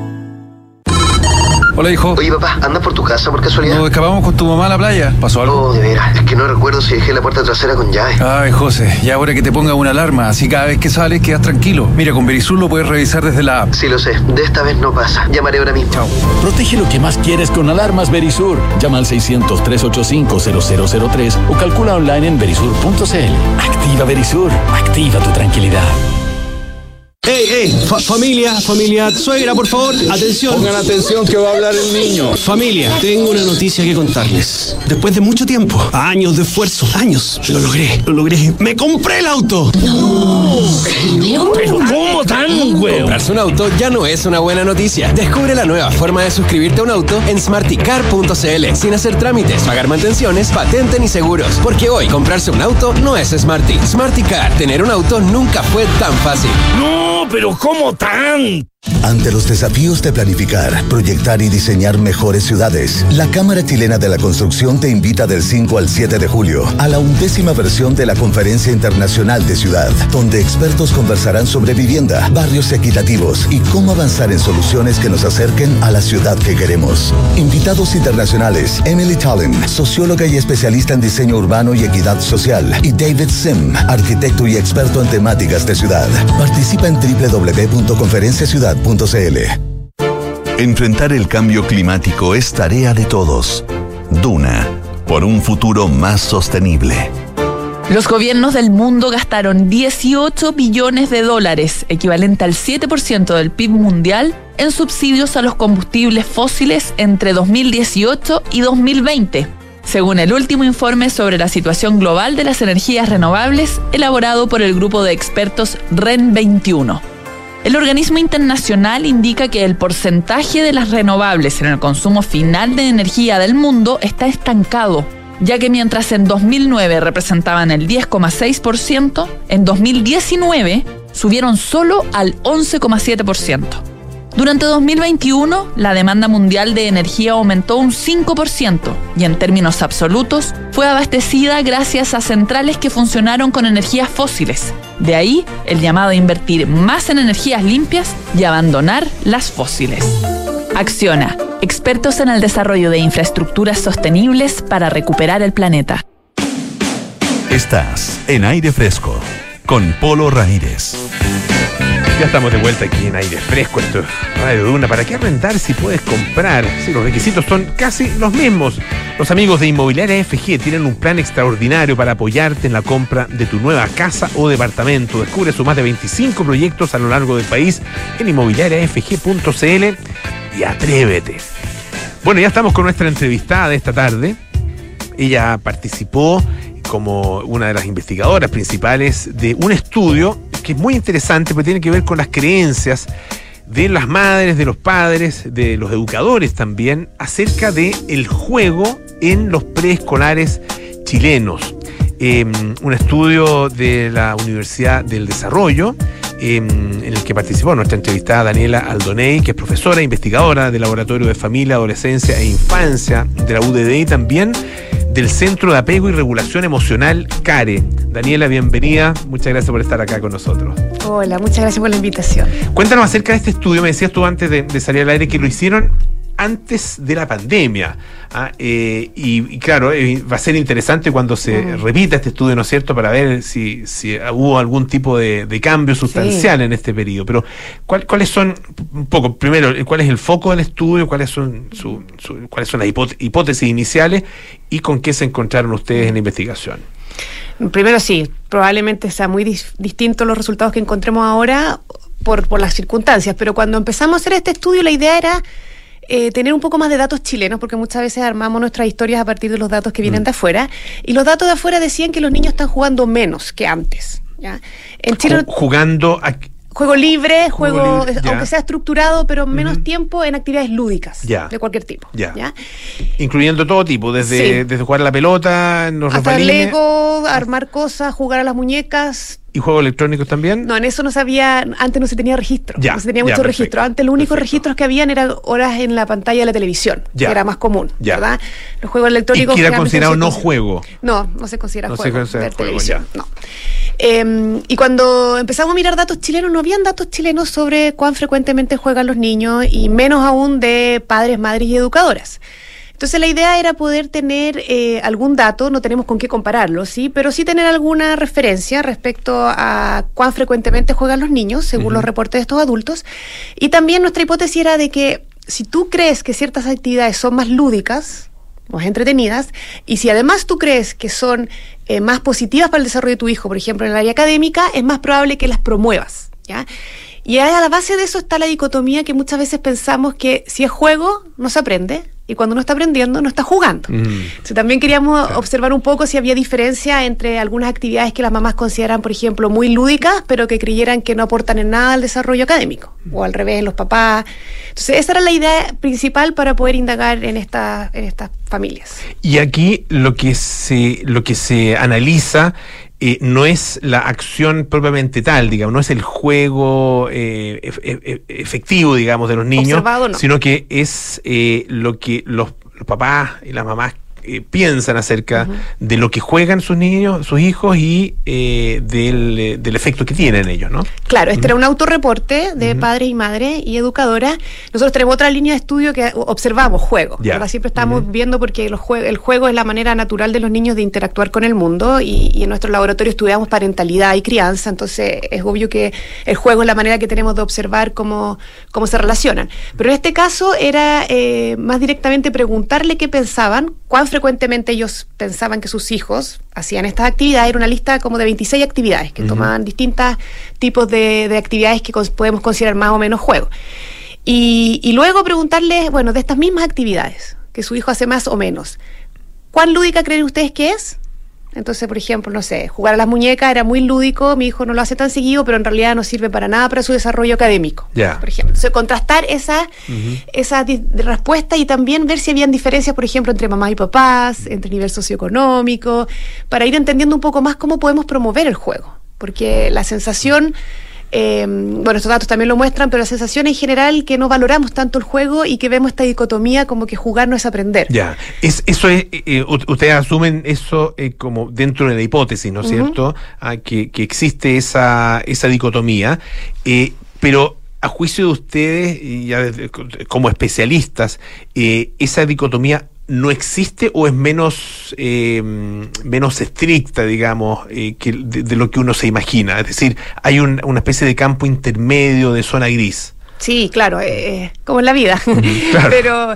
Hola, hijo. Oye, papá, ¿andas por tu casa por casualidad? Nos escapamos con tu mamá a la playa. ¿Pasó algo? Oh, de veras. Es que no recuerdo si dejé la puerta trasera con llave. Ay, José, ya ahora que te ponga una alarma, así cada vez que sales quedas tranquilo. Mira, con Verisur lo puedes revisar desde la app. Sí, lo sé. De esta vez no pasa. Llamaré ahora mismo. Chao. Protege lo que más quieres con alarmas Verisur. Llama al seiscientos, trescientos ochenta y cinco, cero cero cero tres o calcula online en verisur punto c l. Activa Verisur. Activa tu tranquilidad. ¡Ey, ey! Fa- familia, familia, suegra, por favor, atención. Pongan atención que va a hablar el niño. Familia, tengo una noticia que contarles. Después de mucho tiempo, años de esfuerzo, años, lo logré, lo logré. ¡Me compré el auto! No. ¿Pero cómo tan, güey? Comprarse un auto ya no es una buena noticia. Descubre la nueva forma de suscribirte a un auto en smarticar punto c l sin hacer trámites, pagar mantenciones, patente ni seguros. Porque hoy comprarse un auto no es Smarty. Smarticar, tener un auto nunca fue tan fácil. No, pero ¿cómo tan? Ante los desafíos de planificar, proyectar y diseñar mejores ciudades, la Cámara Chilena de la Construcción te invita del cinco al siete de julio a la undécima versión de la Conferencia Internacional de Ciudad, donde expertos conversarán sobre vivienda, barrios equitativos y cómo avanzar en soluciones que nos acerquen a la ciudad que queremos. Invitados internacionales: Emily Tallin, socióloga y especialista en diseño urbano y equidad social, y David Sim, arquitecto y experto en temáticas de ciudad. Participa en doble u doble u doble u punto conferencia ciudad punto c l. Enfrentar el cambio climático es tarea de todos. Duna, por un futuro más sostenible. Los gobiernos del mundo gastaron dieciocho billones de dólares, equivalente al siete por ciento del P I B mundial, en subsidios a los combustibles fósiles entre dos mil dieciocho y dos mil veinte, según el último informe sobre la situación global de las energías renovables elaborado por el grupo de expertos R E N veintiuno. El organismo internacional indica que el porcentaje de las renovables en el consumo final de energía del mundo está estancado, ya que mientras en dos mil nueve representaban el diez coma seis por ciento, en dos mil diecinueve subieron solo al once coma siete por ciento. Durante dos mil veintiuno, la demanda mundial de energía aumentó un cinco por ciento y en términos absolutos fue abastecida gracias a centrales que funcionaron con energías fósiles. De ahí el llamado a invertir más en energías limpias y abandonar las fósiles. Acciona, expertos en el desarrollo de infraestructuras sostenibles para recuperar el planeta. Estás en Aire Fresco con Polo Ramírez. Ya estamos de vuelta aquí en Aire Fresco, esto es Radio Duna. ¿Para qué arrendar si puedes comprar? Sí, los requisitos son casi los mismos. Los amigos de Inmobiliaria F G tienen un plan extraordinario para apoyarte en la compra de tu nueva casa o departamento. Descubre sus más de veinticinco proyectos a lo largo del país en inmobiliaria f g punto c l y atrévete. Bueno, ya estamos con nuestra entrevistada de esta tarde. Ella participó como una de las investigadoras principales de un estudio que es muy interesante, porque tiene que ver con las creencias de las madres, de los padres, de los educadores también, acerca de el juego en los preescolares chilenos. Eh, un estudio de la Universidad del Desarrollo, eh, en el que participó nuestra entrevistada Daniela Aldoney, que es profesora e investigadora del Laboratorio de Familia, Adolescencia e Infancia de la U D D y también del Centro de Apego y Regulación Emocional CARE. Daniela, bienvenida. Muchas gracias por estar acá con nosotros. Hola, muchas gracias por la invitación. Cuéntanos acerca de este estudio. Me decías tú antes de, de salir al aire que lo hicieron antes de la pandemia. ¿ah? Eh, y, y claro, eh, va a ser interesante cuando se uh-huh. repita este estudio, ¿no es cierto?, para ver si, si hubo algún tipo de, de cambio sustancial sí. en este periodo. Pero, ¿cuál, ¿cuáles son, un poco, primero, cuál es el foco del estudio, cuáles son, su, su, cuáles son las hipótesis iniciales y con qué se encontraron ustedes en la investigación? Primero sí, probablemente sea muy dis- distinto los resultados que encontremos ahora por, por las circunstancias, pero cuando empezamos a hacer este estudio la idea era Eh, tener un poco más de datos chilenos, porque muchas veces armamos nuestras historias a partir de los datos que vienen mm. de afuera, y los datos de afuera decían que los niños están jugando menos que antes. ¿ya? En Chile, jugando a, Juego libre, juego, Juego libre, aunque ya. sea estructurado, pero menos tiempo en actividades lúdicas Ya. de cualquier tipo. Ya. ¿ya? Incluyendo todo tipo, desde, Sí. desde jugar a la pelota, los Hasta resbalines, Lego, armar cosas, jugar a las muñecas. y juegos electrónicos también. No, en eso no sabía, antes no se tenía registro, Ya, no se tenía ya, mucho perfecto, registro. Antes los únicos registros que habían eran horas en la pantalla de la televisión, Ya. que era más común, Ya. ¿verdad? Los juegos Y electrónicos que era generalmente considerado se no consideran- juego. No, no se considera No se juego considera ver juego, televisión, no. Eh, y cuando empezamos a mirar datos chilenos, no habían datos chilenos sobre cuán frecuentemente juegan los niños y menos aún de padres, madres y educadoras. Entonces la idea era poder tener eh, algún dato, no tenemos con qué compararlo, sí, pero sí tener alguna referencia respecto a cuán frecuentemente juegan los niños, según Ujú. los reportes de estos adultos. Y también nuestra hipótesis era de que si tú crees que ciertas actividades son más lúdicas, más entretenidas, y si además tú crees que son eh, más positivas para el desarrollo de tu hijo, por ejemplo, en el área académica, es más probable que las promuevas, ¿ya? Y a la base de eso está la dicotomía que muchas veces pensamos que si es juego, no se aprende, y cuando no está aprendiendo, no está jugando. Entonces, también queríamos observar un poco si había diferencia entre algunas actividades que las mamás consideran, por ejemplo, muy lúdicas, pero que creyeran que no aportan en nada al desarrollo académico, o al revés, los papás. Entonces, esa era la idea principal para poder indagar en, esta, en estas familias. Y aquí lo que se, lo que se analiza eh, no es la acción propiamente tal, digamos, no es el juego eh, ef- ef- efectivo, digamos, de los niños, Observado, no. sino que es eh, lo que los, los papás y las mamás eh, piensan acerca Ujú. de lo que juegan sus niños, sus hijos y eh, del, eh, del efecto que tienen ellos, ¿no? Claro, este era un autorreporte de padres y madres y educadoras. Nosotros tenemos otra línea de estudio que observamos juego, Ya. ¿verdad? Siempre estamos viendo porque los jue- el juego es la manera natural de los niños de interactuar con el mundo y, y en nuestro laboratorio estudiamos parentalidad y crianza, entonces es obvio que el juego es la manera que tenemos de observar cómo, cómo se relacionan. Pero en este caso era eh, más directamente preguntarle qué pensaban, cuán frecuentemente ellos pensaban que sus hijos hacían estas actividades. Era una lista como de veintiséis actividades que Ujú. tomaban distintos tipos de, de actividades que cons- podemos considerar más o menos juego. Y, y luego preguntarles, bueno, de estas mismas actividades que su hijo hace más o menos, ¿cuán lúdica creen ustedes que es? Entonces, por ejemplo, no sé, jugar a las muñecas era muy lúdico, mi hijo no lo hace tan seguido, pero en realidad no sirve para nada para su desarrollo académico, Ya. por ejemplo. Entonces, contrastar esa, esa di- respuesta y también ver si habían diferencias, por ejemplo, entre mamás y papás, entre nivel socioeconómico, para ir entendiendo un poco más cómo podemos promover el juego. Porque la sensación, eh, bueno, estos datos también lo muestran, pero la sensación en general que no valoramos tanto el juego y que vemos esta dicotomía como que jugar no es aprender. Ya, es, eso es, eh, eh, u- ustedes asumen eso eh, como dentro de la hipótesis, ¿no es Ujú. cierto? Ah, que, que existe esa, esa dicotomía, eh, pero a juicio de ustedes, y ya desde- como especialistas, eh, esa dicotomía no existe o es menos eh, menos estricta, digamos, eh, que de, de lo que uno se imagina. Es decir, hay un- una especie de campo intermedio, de zona gris. Sí, claro, eh, eh, como en la vida. claro. Pero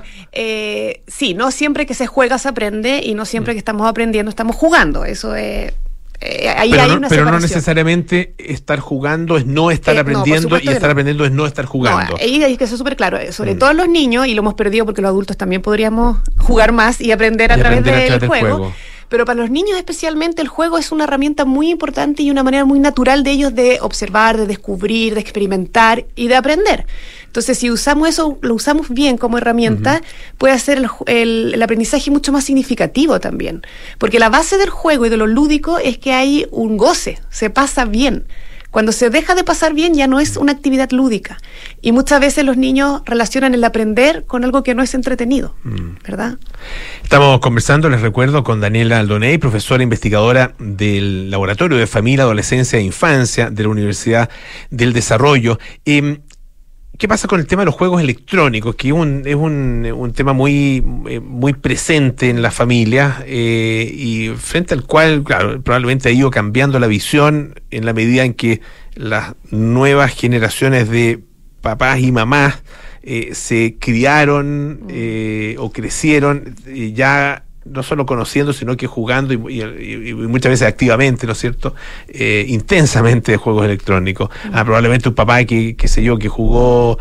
eh, sí, no siempre que se juega se aprende y no siempre que estamos aprendiendo estamos jugando. Eso es... eh, ahí pero hay no, una pero no separación. necesariamente estar jugando es no estar Eh, no, por aprendiendo supuesto y que estar no. aprendiendo es no estar jugando. No, ahí hay que ser súper claro, eh, sobre Mm. todo en los niños, y lo hemos perdido porque los adultos también podríamos jugar más y aprender a Y través aprender a del, través del juego. juego. Pero para los niños especialmente el juego es una herramienta muy importante y una manera muy natural de ellos de observar, de descubrir, de experimentar y de aprender. Entonces, si usamos eso, lo usamos bien como herramienta, puede hacer el, ju- el- el aprendizaje mucho más significativo también. Porque la base del juego y de lo lúdico es que hay un goce, se pasa bien. Cuando se deja de pasar bien ya no es una actividad lúdica. Y muchas veces los niños relacionan el aprender con algo que no es entretenido, ¿verdad? Estamos conversando, les recuerdo, con Daniela Aldoney, profesora investigadora del Laboratorio de Familia, Adolescencia e Infancia de la Universidad del Desarrollo. Eh, ¿Qué pasa con el tema de los juegos electrónicos? Que es un, es un, un tema muy, eh, muy presente en las familias eh, y frente al cual, claro, probablemente ha ido cambiando la visión en la medida en que las nuevas generaciones de papás y mamás eh, se criaron eh, o crecieron eh, ya no solo conociendo, sino que jugando y, y- y muchas veces activamente, ¿no es cierto? Eh, intensamente de juegos electrónicos. Ah, probablemente un papá que, qué sé yo, que jugó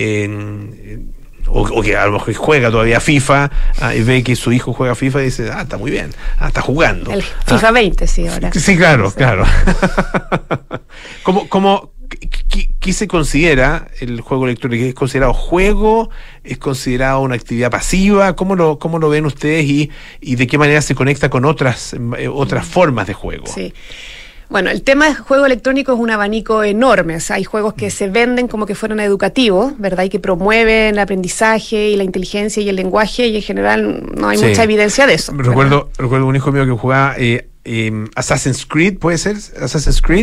en... en- o, o que a lo mejor juega todavía FIFA ah, y ve que su hijo juega FIFA y dice, ah, está muy bien, ah, está jugando. El FIFA Ah, veinte, sí, ahora. Sí, claro, claro. ¿Cómo, cómo, ¿qué, qué se considera el juego electrónico? ¿Es considerado juego? ¿Es considerado una actividad pasiva? ¿Cómo lo, cómo lo ven ustedes y, y de qué manera se conecta con otras, eh, otras formas de juego? Sí. Bueno, el tema del juego electrónico es un abanico enorme. O sea, hay juegos que se venden como que fueran educativos, ¿verdad? Y que promueven el aprendizaje y la inteligencia y el lenguaje, y en general no hay Sí. mucha evidencia de eso. Recuerdo, recuerdo un hijo mío que jugaba eh, eh, Assassin's Creed, ¿puede ser? Assassin's Creed.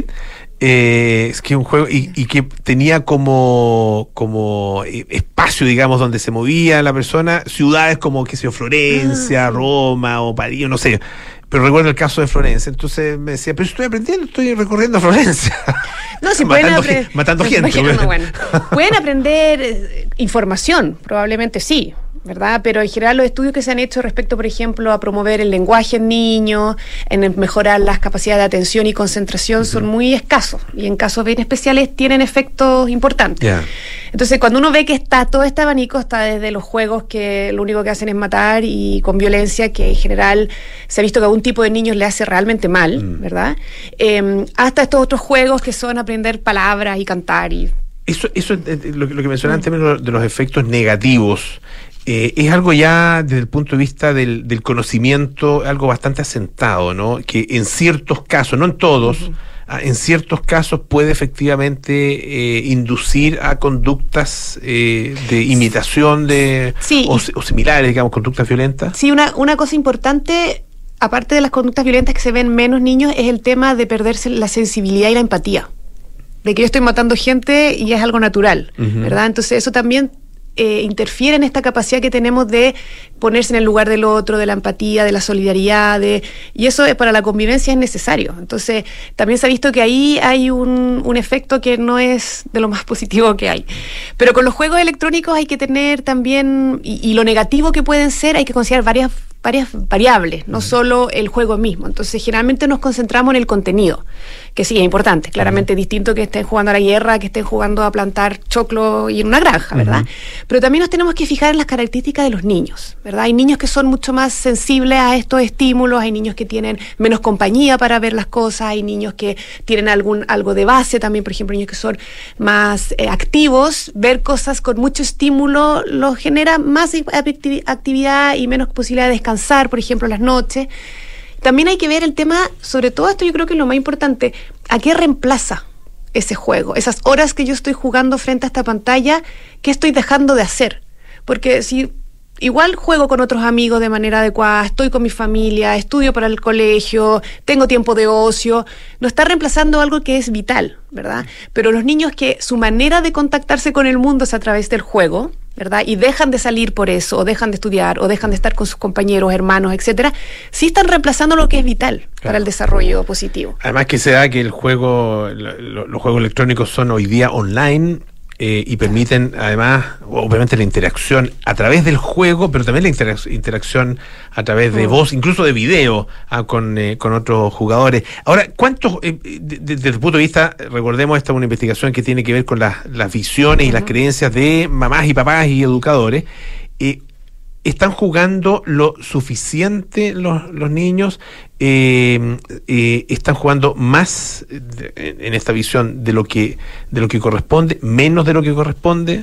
Eh, es que un juego y, y que tenía como como eh, espacio, digamos, donde se movía la persona, ciudades como, qué sé yo, Florencia, Ah, sí. Roma o París, no sé. Pero recuerdo el caso de Florencia, entonces me decía, pero estoy aprendiendo, estoy recorriendo Florencia. No, si pueden matando, apre- gen- matando gente. Imagino, bueno. bueno. Pueden aprender eh, información, probablemente sí, ¿verdad? Pero en general los estudios que se han hecho respecto, por ejemplo, a promover el lenguaje en niños, en mejorar las capacidades de atención y concentración, son muy escasos, y en casos bien especiales tienen efectos importantes. Ya. Entonces, cuando uno ve que está todo este abanico, está desde los juegos que lo único que hacen es matar y con violencia, que en general se ha visto que a un tipo de niños le hace realmente mal, Mm. ¿verdad? Eh, hasta estos otros juegos que son aprender palabras y cantar y... Eso, eso eh, eh, lo, que- lo que mencionaban en términos de los efectos negativos, eh, es algo ya desde el punto de vista del, del conocimiento, algo bastante asentado, ¿no? Que en ciertos casos, no en todos, uh-huh. ah, en ciertos casos puede efectivamente eh, inducir a conductas eh, de imitación de Sí. o, o similares, digamos, conductas violentas. Sí, una, una cosa importante, aparte de las conductas violentas que se ven menos niños, es el tema de perderse la sensibilidad y la empatía. De que yo estoy matando gente y es algo natural, Ujú. ¿verdad? Entonces eso también eh, interfiere en esta capacidad que tenemos de ponerse en el lugar del otro, de la empatía, de la solidaridad, de, y eso eh, para la convivencia es necesario. Entonces también se ha visto que ahí hay un, un efecto que no es de lo más positivo que hay. Pero con los juegos electrónicos hay que tener también, y, y lo negativo que pueden ser, hay que considerar varias varias variables, no solo el juego mismo. Entonces, generalmente nos concentramos en el contenido, que sí, es importante. Claramente es distinto que estén jugando a la guerra, que estén jugando a plantar choclo y en una granja, ¿verdad? Ujú. Pero también nos tenemos que fijar en las características de los niños, ¿verdad? Hay niños que son mucho más sensibles a estos estímulos, hay niños que tienen menos compañía para ver las cosas, hay niños que tienen algún algo de base también, por ejemplo, niños que son más eh, activos. Ver cosas con mucho estímulo los genera más activi- actividad y menos posibilidad de descansar, por ejemplo, las noches. También hay que ver el tema, sobre todo esto yo creo que es lo más importante, ¿a qué reemplaza ese juego? Esas horas que yo estoy jugando frente a esta pantalla, ¿qué estoy dejando de hacer? Porque si igual juego con otros amigos de manera adecuada, estoy con mi familia, estudio para el colegio, tengo tiempo de ocio, no está reemplazando algo que es vital, ¿verdad? Pero los niños que su manera de contactarse con el mundo es a través del juego, ¿verdad? Y dejan de salir por eso, o dejan de estudiar, o dejan de estar con sus compañeros, hermanos, etcétera, sí están reemplazando lo que es vital Claro. para el desarrollo positivo. Además que se da que el juego, lo- lo- los juegos electrónicos son hoy día online eh, y permiten además, obviamente, la interacción a través del juego, pero también la interac- interacción a través de Mm. voz, incluso de video, ah, con, eh, con otros jugadores. Ahora, ¿cuántos, eh, de- de- desde el punto de vista, recordemos, esta es una investigación que tiene que ver con las, las visiones y las creencias de mamás y papás y educadores, eh, ¿están jugando lo suficiente los, los niños? Eh, eh, ¿Están jugando más de- en, en esta visión de lo que de lo que corresponde, menos de lo que corresponde?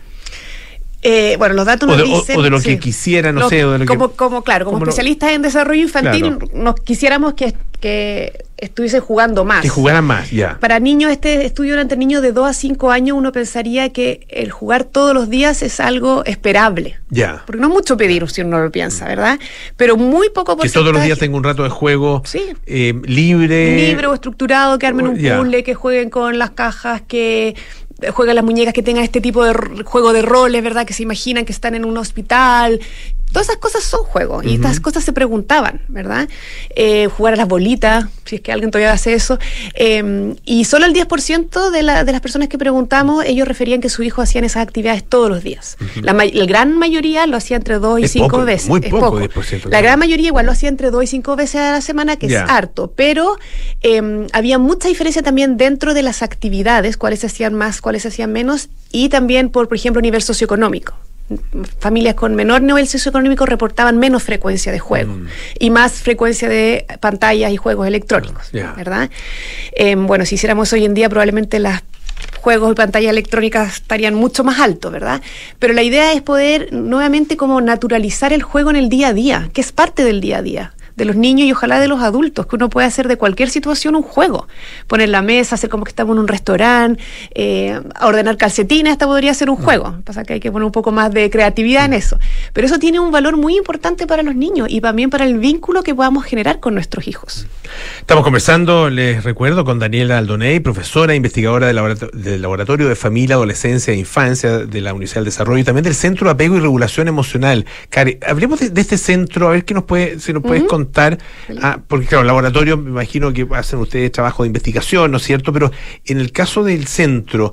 Eh, bueno, los datos O nos de, o- dicen... o de lo sí. que quisiera, no Lo- sé, o de lo como, que... como, claro, como como lo- especialistas en desarrollo infantil, Claro. nos quisiéramos que, que estuviesen jugando más. Que jugaran más, ya. Para niños, este estudio durante niños de dos a cinco años, uno pensaría que el jugar todos los días es algo esperable. Ya. Porque no es mucho pedir si uno lo piensa, ¿verdad? Pero muy poco Que todos los días tenga un rato de juego eh, libre. libre o estructurado, que armen un Ya. puzzle, que jueguen con las cajas, que jueguen las muñecas, que tengan este tipo de r- juego de roles, ¿verdad? Que se imaginan que están en un hospital. Todas esas cosas son juegos, y Ujú. estas cosas se preguntaban, ¿verdad? Eh, jugar a las bolitas, si es que alguien todavía hace eso. Eh, y solo el diez por ciento de, la, de las personas que preguntamos, ellos referían que sus hijos hacían esas actividades todos los días. la, ma- la gran mayoría lo hacía entre dos y Es cinco poco, veces. muy Es poco, diez por ciento, La claro. gran mayoría igual lo hacía entre dos y cinco veces a la semana, que Ya. es harto, pero eh, había mucha diferencia también dentro de las actividades, cuáles se hacían más, cuáles se hacían menos, y también por, por ejemplo, nivel socioeconómico. Familias con menor nivel socioeconómico reportaban menos frecuencia de juego Mm. y más frecuencia de pantallas y juegos electrónicos, Ya. ¿verdad? Eh, bueno, si hiciéramos hoy en día, probablemente las juegos y pantallas electrónicas estarían mucho más altos, ¿verdad? Pero la idea es poder nuevamente como naturalizar el juego en el día a día, que es parte del día a día de los niños y ojalá de los adultos, que uno puede hacer de cualquier situación un juego. Poner la mesa, hacer como que estamos en un restaurante, eh, ordenar calcetines, hasta podría ser un juego. Pasa que hay que poner un poco más de creatividad en eso. Pero eso tiene un valor muy importante para los niños y también para el vínculo que podamos generar con nuestros hijos. Estamos conversando, les recuerdo, con Daniela Aldoney, profesora e investigadora del laborato- del Laboratorio de Familia, Adolescencia e Infancia de la Universidad del Desarrollo y también del Centro de Apego y Regulación Emocional. Cari, hablemos de, de este centro, a ver qué nos puede, si nos puedes uh-huh. contar. Ah, porque claro, el laboratorio, me imagino que hacen ustedes trabajo de investigación, ¿no es cierto? Pero en el caso del centro,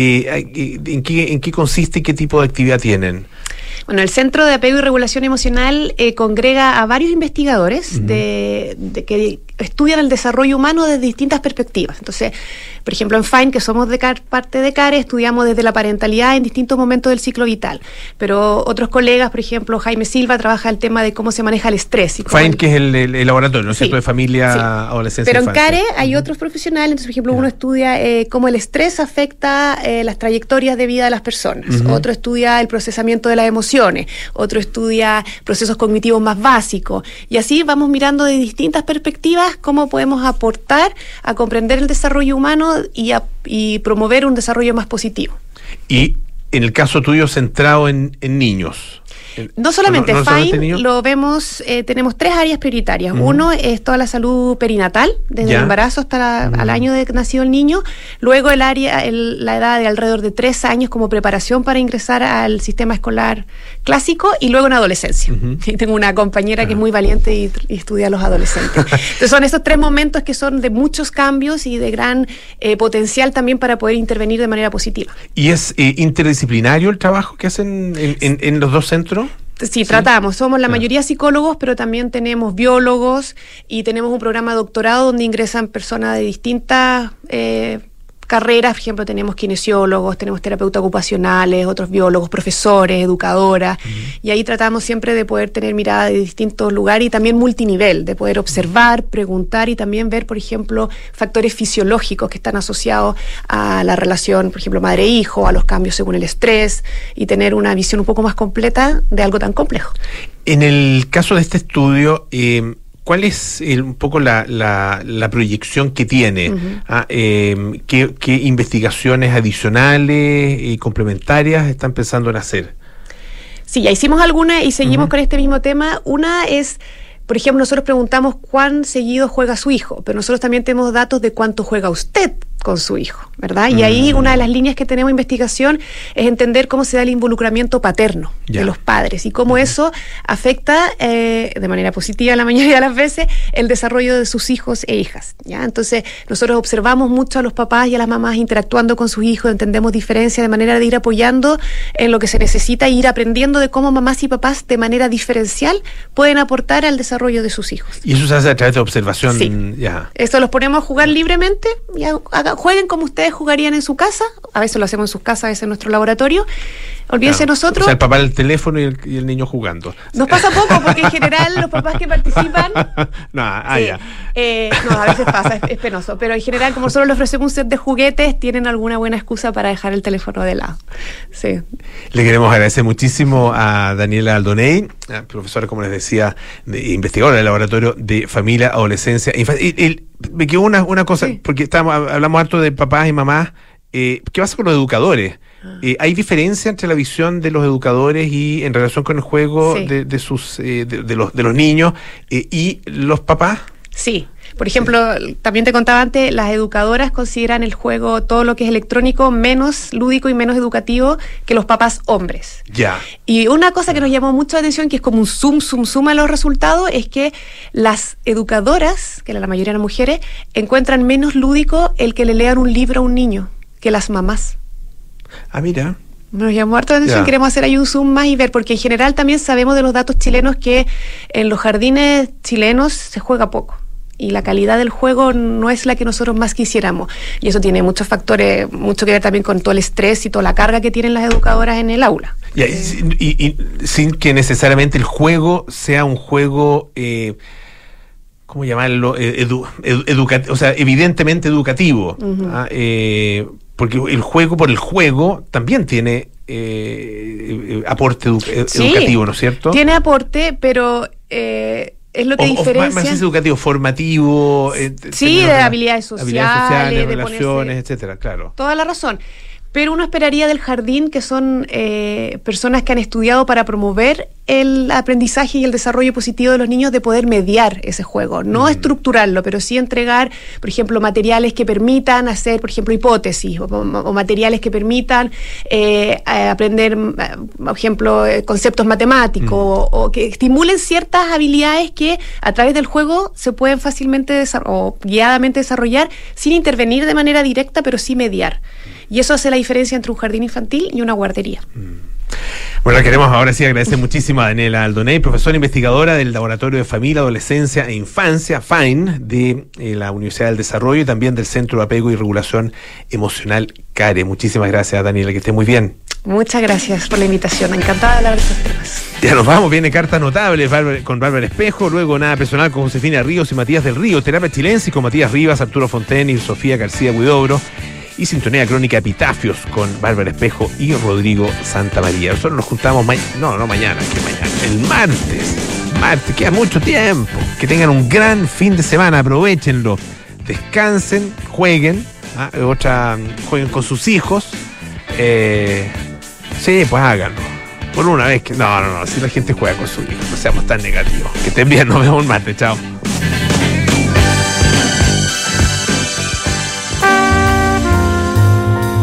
eh, ¿en qué, en qué consiste y qué tipo de actividad tienen? Bueno, el Centro de Apego y Regulación Emocional eh, congrega a varios investigadores uh-huh. de, de que estudian el desarrollo humano desde distintas perspectivas. Entonces, por ejemplo, en FINE, que somos de CARE, parte de CARE, estudiamos desde la parentalidad en distintos momentos del ciclo vital. Pero otros colegas, por ejemplo, Jaime Silva, trabaja el tema de cómo se maneja el estrés. Y FINE, el... que es el, el, el laboratorio, ¿no es sí. cierto?, de familia, sí. adolescencia, Pero infancia. en CARE hay uh-huh. otros profesionales. Entonces, por ejemplo, yeah. uno estudia eh, cómo el estrés afecta eh, las trayectorias de vida de las personas. Uh-huh. Otro estudia el procesamiento de las emociones. Otro estudia procesos cognitivos más básicos. Y así vamos mirando de distintas perspectivas cómo podemos aportar a comprender el desarrollo humano y, a, y promover un desarrollo más positivo. Y en el caso tuyo, centrado en, en niños. No solamente no, no FINE, solamente lo vemos, eh, tenemos tres áreas prioritarias. Uh-huh. Uno es toda la salud perinatal, desde ya. el embarazo hasta la, uh-huh. al año de que nació el niño. Luego el área, el, la edad de alrededor de tres años como preparación para ingresar al sistema escolar clásico y luego en adolescencia. Uh-huh. Y tengo una compañera uh-huh. que es muy valiente y, y estudia a los adolescentes. Entonces son estos tres momentos que son de muchos cambios y de gran eh, potencial también para poder intervenir de manera positiva. ¿Y es eh, interdisciplinario el trabajo que hacen en, en, en los dos centros? Sí, sí, tratamos. Somos la mayoría psicólogos, pero también tenemos biólogos y tenemos un programa de doctorado donde ingresan personas de distintas eh, carreras. Por ejemplo, tenemos kinesiólogos, tenemos terapeutas ocupacionales, otros biólogos, profesores, educadoras. Uh-huh. Y ahí tratamos siempre de poder tener mirada de distintos lugares y también multinivel, de poder observar, preguntar y también ver, por ejemplo, factores fisiológicos que están asociados a la relación, por ejemplo, madre-hijo, a los cambios según el estrés y tener una visión un poco más completa de algo tan complejo. En el caso de este estudio, eh, ¿cuál es el, un poco la, la, la proyección que tiene? Uh-huh. ah, eh, ¿qué, ¿Qué investigaciones adicionales y complementarias están pensando en hacer? Sí, ya hicimos algunas y seguimos uh-huh. con este mismo tema. Una es, por ejemplo, nosotros preguntamos cuán seguido juega su hijo, pero nosotros también tenemos datos de cuánto juega usted con su hijo, ¿verdad? Y ahí una de las líneas que tenemos de investigación es entender cómo se da el involucramiento paterno ya. de los padres y cómo uh-huh. eso afecta eh, de manera positiva la mayoría de las veces el desarrollo de sus hijos e hijas, ¿ya? Entonces nosotros observamos mucho a los papás y a las mamás interactuando con sus hijos, entendemos diferencias de manera de ir apoyando en lo que se necesita e ir aprendiendo de cómo mamás y papás de manera diferencial pueden aportar al desarrollo de sus hijos. ¿Y eso se hace a través de observación? Sí. Ya. Esto los ponemos a jugar libremente y a, a, jueguen como ustedes jugarían en su casa, a veces lo hacemos en sus casas, a veces en nuestro laboratorio. Olvídense claro. nosotros. O sea, el papá el teléfono y el, y el niño jugando. Nos pasa poco porque en general los papás que participan. no, ah, sí, ya. Eh, no, a veces pasa, es, es penoso. Pero en general, como nosotros les ofrecemos un set de juguetes, tienen alguna buena excusa para dejar el teléfono de lado. Sí. Le queremos agradecer muchísimo a Daniela Aldoney, profesora, como les decía, de, investigadora del Laboratorio de Familia, Adolescencia e Infancia. Y, y, me quedó una, una cosa, sí. porque estamos, hablamos harto de papás y mamás. Eh, ¿Qué pasa con los educadores? Eh, ¿Hay diferencia entre la visión de los educadores y en relación con el juego sí. de, de sus eh, de, de los de los niños eh, y los papás? Sí. Por ejemplo, sí. también te contaba antes, las educadoras consideran el juego, todo lo que es electrónico, menos lúdico y menos educativo que los papás hombres. Ya. Y una cosa que nos llamó mucho la atención, que es como un zoom, zoom, zoom a los resultados, es que las educadoras, que la mayoría eran mujeres, encuentran menos lúdico el que le lean un libro a un niño que las mamás. Ah, mira. Nos llamó harto la atención, yeah. queremos hacer ahí un zoom más y ver, porque en general también sabemos de los datos chilenos que en los jardines chilenos se juega poco. Y la calidad del juego no es la que nosotros más quisiéramos. Y eso tiene muchos factores, mucho que ver también con todo el estrés y toda la carga que tienen las educadoras en el aula. Yeah, y, y, y sin que necesariamente el juego sea un juego... Eh, ¿cómo llamarlo? Edu, edu, educativo, o sea, evidentemente educativo. Uh-huh. ¿ah? eh, porque el juego por el juego también tiene eh, aporte edu- Sí, educativo, ¿no es cierto? Tiene aporte, pero eh, es lo que O- o diferencia. más, más es educativo, formativo. eh, Sí, términos de rela- habilidades sociales, habilidades sociales, de relaciones, ponerse- etcétera, claro. Toda la razón. Pero uno esperaría del jardín que son eh, personas que han estudiado para promover el aprendizaje y el desarrollo positivo de los niños, de poder mediar ese juego, no estructurarlo, pero sí entregar, por ejemplo, materiales que permitan hacer, por ejemplo, hipótesis, o, o materiales que permitan eh, eh, aprender, eh, por ejemplo, eh, conceptos matemáticos, o, o que estimulen ciertas habilidades que a través del juego se pueden fácilmente desar- o guiadamente desarrollar sin intervenir de manera directa, pero sí mediar. Y eso hace la diferencia entre un jardín infantil y una guardería. Bueno, queremos ahora sí agradecer muchísimo a Daniela Aldoney, profesora investigadora del Laboratorio de Familia, Adolescencia e Infancia, FAIN, de eh, la Universidad del Desarrollo y también del Centro de Apego y Regulación Emocional CARE. Muchísimas gracias, Daniela, que esté muy bien. Muchas gracias por la invitación. Encantada de hablar de estos temas. Ya nos vamos, viene Cartas Notables Bárbara- con Bárbara Espejo, luego Nada Personal con Josefina Ríos y Matías del Río, Terapia Chilensis con Matías Rivas, Arturo Fonten y Sofía García Huidobro, y Sintonía Crónica Epitafios con Bárbara Espejo y Rodrigo Santamaría. Nosotros nos juntamos mañana, no, no mañana, que mañana, el martes, martes, queda mucho tiempo. Que tengan un gran fin de semana, aprovechenlo, descansen, jueguen, ¿ah? Otra, jueguen con sus hijos, eh, sí, pues háganlo. Por una vez que, no, no, no, si la gente juega con sus hijos, no seamos tan negativos. Que estén bien, nos vemos el martes, chao.